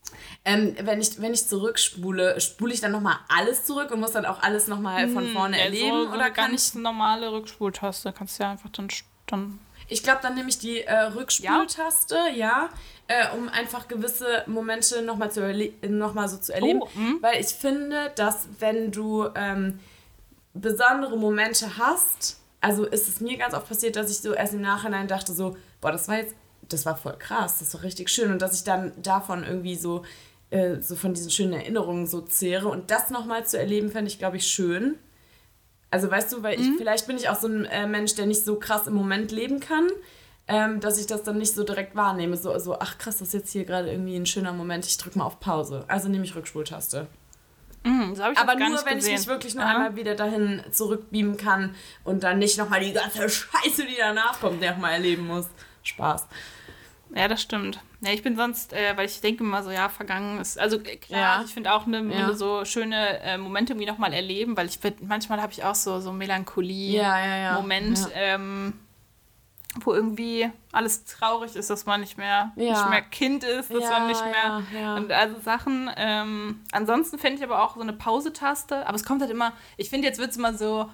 Wenn ich zurückspule, spule ich dann nochmal alles zurück und muss dann auch alles nochmal von vorne erleben?
So
oder
eine
kann
ganz normale Rückspultaste. Kannst du ja einfach dann
ich glaube, dann nehme ich die Rückspultaste, um einfach gewisse Momente nochmal so zu erleben. Weil ich finde, dass wenn du besondere Momente hast, also ist es mir ganz oft passiert, dass ich so erst im Nachhinein dachte so, boah, das war voll krass, das war richtig schön. Und dass ich dann davon irgendwie so von diesen schönen Erinnerungen so zehre. Und das nochmal zu erleben, fände ich, glaube ich, schön. Also weißt du, weil vielleicht bin ich auch so ein Mensch, der nicht so krass im Moment leben kann, dass ich das dann nicht so direkt wahrnehme. So, ach krass, das ist jetzt hier gerade irgendwie ein schöner Moment, ich drücke mal auf Pause. Also nehme ich Rückspultaste.
So hab ich
aber
das gar
nur,
nicht
wenn
gesehen.
ich mich wirklich nur einmal wieder dahin zurückbeamen kann und dann nicht nochmal die ganze Scheiße, die danach kommt, nochmal erleben muss. Spaß.
Ja, das stimmt. Ja, ich bin sonst, weil ich denke immer so, ja, vergangen ist, also klar, ich finde auch so schöne Momente irgendwie nochmal erleben, weil manchmal habe ich auch so Melancholie-Moment, wo irgendwie alles traurig ist, dass man nicht mehr Kind ist, dass man nicht mehr, und also Sachen. Ansonsten fände ich aber auch so eine Pause-Taste, aber es kommt halt immer, ich finde, jetzt wird es immer so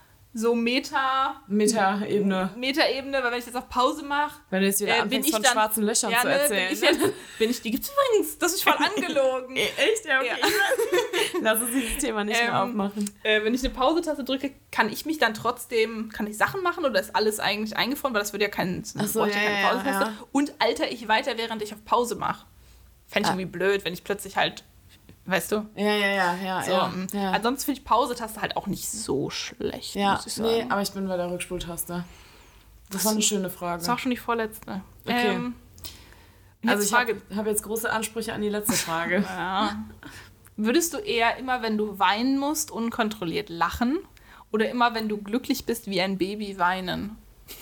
Meta-Ebene,
weil wenn ich jetzt auf Pause mache,
wenn du jetzt wieder anfängst von schwarzen Löchern zu erzählen.
Die gibt's übrigens, das ist voll angelogen.
Echt? Ja, okay. Ja. Lass uns dieses Thema nicht mehr aufmachen.
Wenn ich eine Pause-Taste drücke, kann ich Sachen machen oder ist alles eigentlich eingefroren, weil das würde ja keine Pause-Taste. Ja. Und alter ich weiter, während ich auf Pause mache. Fände ich irgendwie blöd, wenn ich plötzlich halt, weißt du?
Ja.
Ansonsten finde ich Pause-Taste halt auch nicht so schlecht, muss ich sagen.
Nee, aber ich bin bei der Rückspultaste. Das war eine schöne Frage.
Das war auch schon die vorletzte.
Okay. Also ich
habe
hab jetzt große Ansprüche an die letzte Frage.
Ja. Würdest du eher immer, wenn du weinen musst, unkontrolliert lachen oder immer, wenn du glücklich bist, wie ein Baby weinen?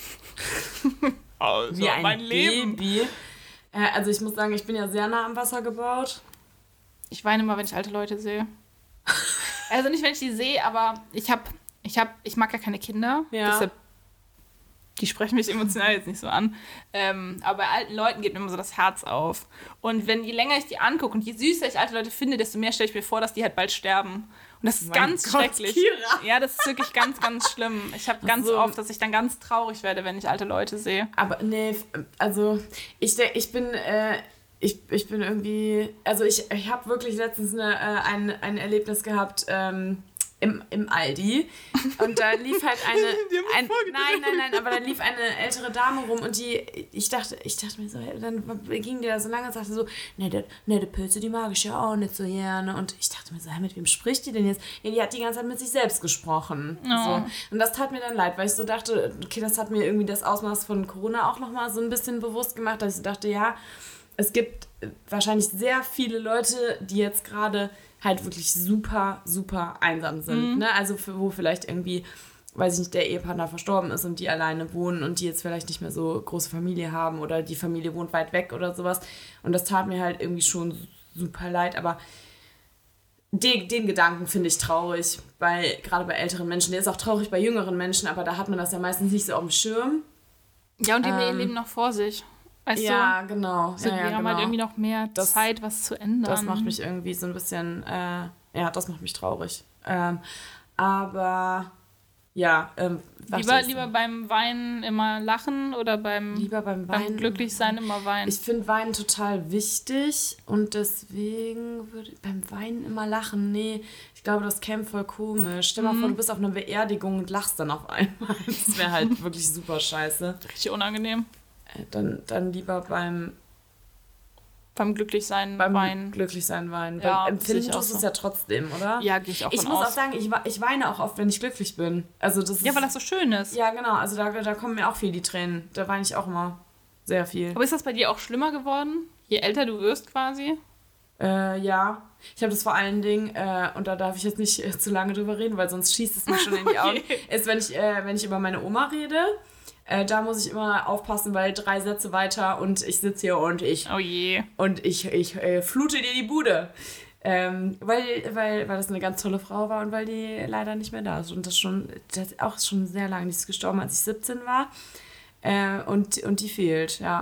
Also wie ein Baby? Also ich muss sagen, ich bin ja sehr nah am Wasser gebaut.
Ich weine immer, wenn ich alte Leute sehe. Also nicht, wenn ich die sehe, aber ich mag ja keine Kinder.
Ja.
Deshalb, die sprechen mich emotional jetzt nicht so an. Aber bei alten Leuten geht mir immer so das Herz auf. Und je länger ich die angucke und je süßer ich alte Leute finde, desto mehr stelle ich mir vor, dass die halt bald sterben. Und das ist ganz schrecklich. Kira. Ja, das ist wirklich ganz, ganz schlimm. Ich habe ganz oft, dass ich dann ganz traurig werde, wenn ich alte Leute sehe.
Aber nee, also ich bin irgendwie, also ich habe wirklich letztens ein Erlebnis gehabt im Aldi und da lief halt nein, aber da lief eine ältere Dame rum und ich dachte mir so, dann ging die da so lange und sagte so, die Pilze, die mag ich ja auch nicht so gerne und ich dachte mir so, mit wem spricht die denn jetzt? Ja, die hat die ganze Zeit mit sich selbst gesprochen.
Oh.
So. Und das tat mir dann leid, weil ich so dachte, okay, das hat mir irgendwie das Ausmaß von Corona auch nochmal so ein bisschen bewusst gemacht, dass ich dachte, ja, es gibt wahrscheinlich sehr viele Leute, die jetzt gerade halt wirklich super, super einsam sind. Ne? Also wo vielleicht irgendwie, weiß ich nicht, der Ehepartner verstorben ist und die alleine wohnen und die jetzt vielleicht nicht mehr so große Familie haben oder die Familie wohnt weit weg oder sowas. Und das tat mir halt irgendwie schon super leid. Aber den Gedanken finde ich traurig, weil gerade bei älteren Menschen, der ist auch traurig bei jüngeren Menschen, aber da hat man das ja meistens nicht so auf dem Schirm.
Ja, und die haben ihr Leben noch vor sich. Weißt
ja,
du?
Genau.
Wir haben halt irgendwie noch mehr Zeit, was zu ändern.
Das macht mich irgendwie so ein bisschen, das macht mich traurig. Aber ja,
lieber beim Weinen immer lachen oder beim Glücklichsein immer weinen?
Ich finde Weinen total wichtig und deswegen würde ich beim Weinen immer lachen. Nee, ich glaube, das käme voll komisch. Stell mal vor, du bist auf einer Beerdigung und lachst dann auf einmal. Das wäre halt wirklich super scheiße.
Richtig unangenehm.
Dann lieber beim
Glücklichsein weinen.
Glücklichsein weinen.
Ja,
Weil empfinden tust du es ja trotzdem, oder?
Ja, gehe ich auch von aus.
Ich muss auch sagen, ich weine auch oft, wenn ich glücklich bin. Also das
weil das so schön ist.
Ja, genau. Also da kommen mir auch viel die Tränen. Da weine ich auch immer sehr viel.
Aber ist das bei dir auch schlimmer geworden? Je älter du wirst quasi?
Ja. Ich habe das vor allen Dingen, und da darf ich jetzt nicht zu lange drüber reden, weil sonst schießt es mir schon in die Augen, ist, wenn ich über meine Oma rede. Da muss ich immer aufpassen, weil 3 Sätze weiter und ich sitze hier und ich...
Oh je.
Und ich flute dir die Bude. Weil das eine ganz tolle Frau war und weil die leider nicht mehr da ist. Und das auch schon sehr lange. Die ist gestorben, als ich 17 war. Und die fehlt, ja.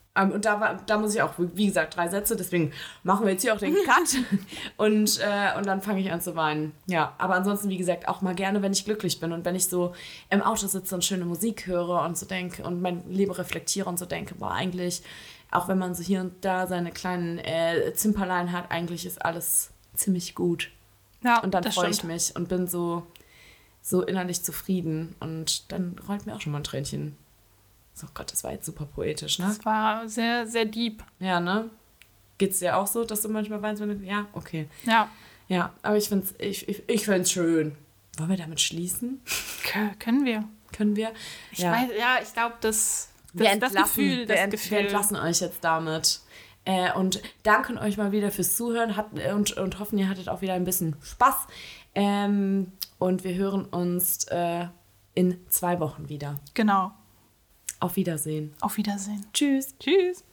Und da muss ich auch, wie gesagt, 3 Sätze, deswegen machen wir jetzt hier auch den Cut und dann fange ich an zu weinen. Ja, aber ansonsten, wie gesagt, auch mal gerne, wenn ich glücklich bin und wenn ich so im Auto sitze und schöne Musik höre und so denke und mein Leben reflektiere und so denke, boah, eigentlich, auch wenn man so hier und da seine kleinen Zimperlein hat, eigentlich ist alles ziemlich gut.
Ja,
und dann
das
freue ich
stimmt.
mich und bin so innerlich zufrieden und dann rollt mir auch schon mal ein Tränchen. Oh Gott, das war jetzt super poetisch, ne?
Das war sehr, sehr deep.
Ja, ne? Geht's dir auch so, dass du manchmal weinst, wenn du... Ja, okay.
Ja.
Ja, aber ich find's schön. Wollen wir damit schließen?
Können wir.
Können wir?
Ich glaube, das
Wir
Gefühl.
entlassen euch jetzt damit. Und danken euch mal wieder fürs Zuhören und hoffen, ihr hattet auch wieder ein bisschen Spaß. Und wir hören uns in 2 Wochen wieder.
Genau.
Auf Wiedersehen.
Auf Wiedersehen.
Tschüss.
Tschüss.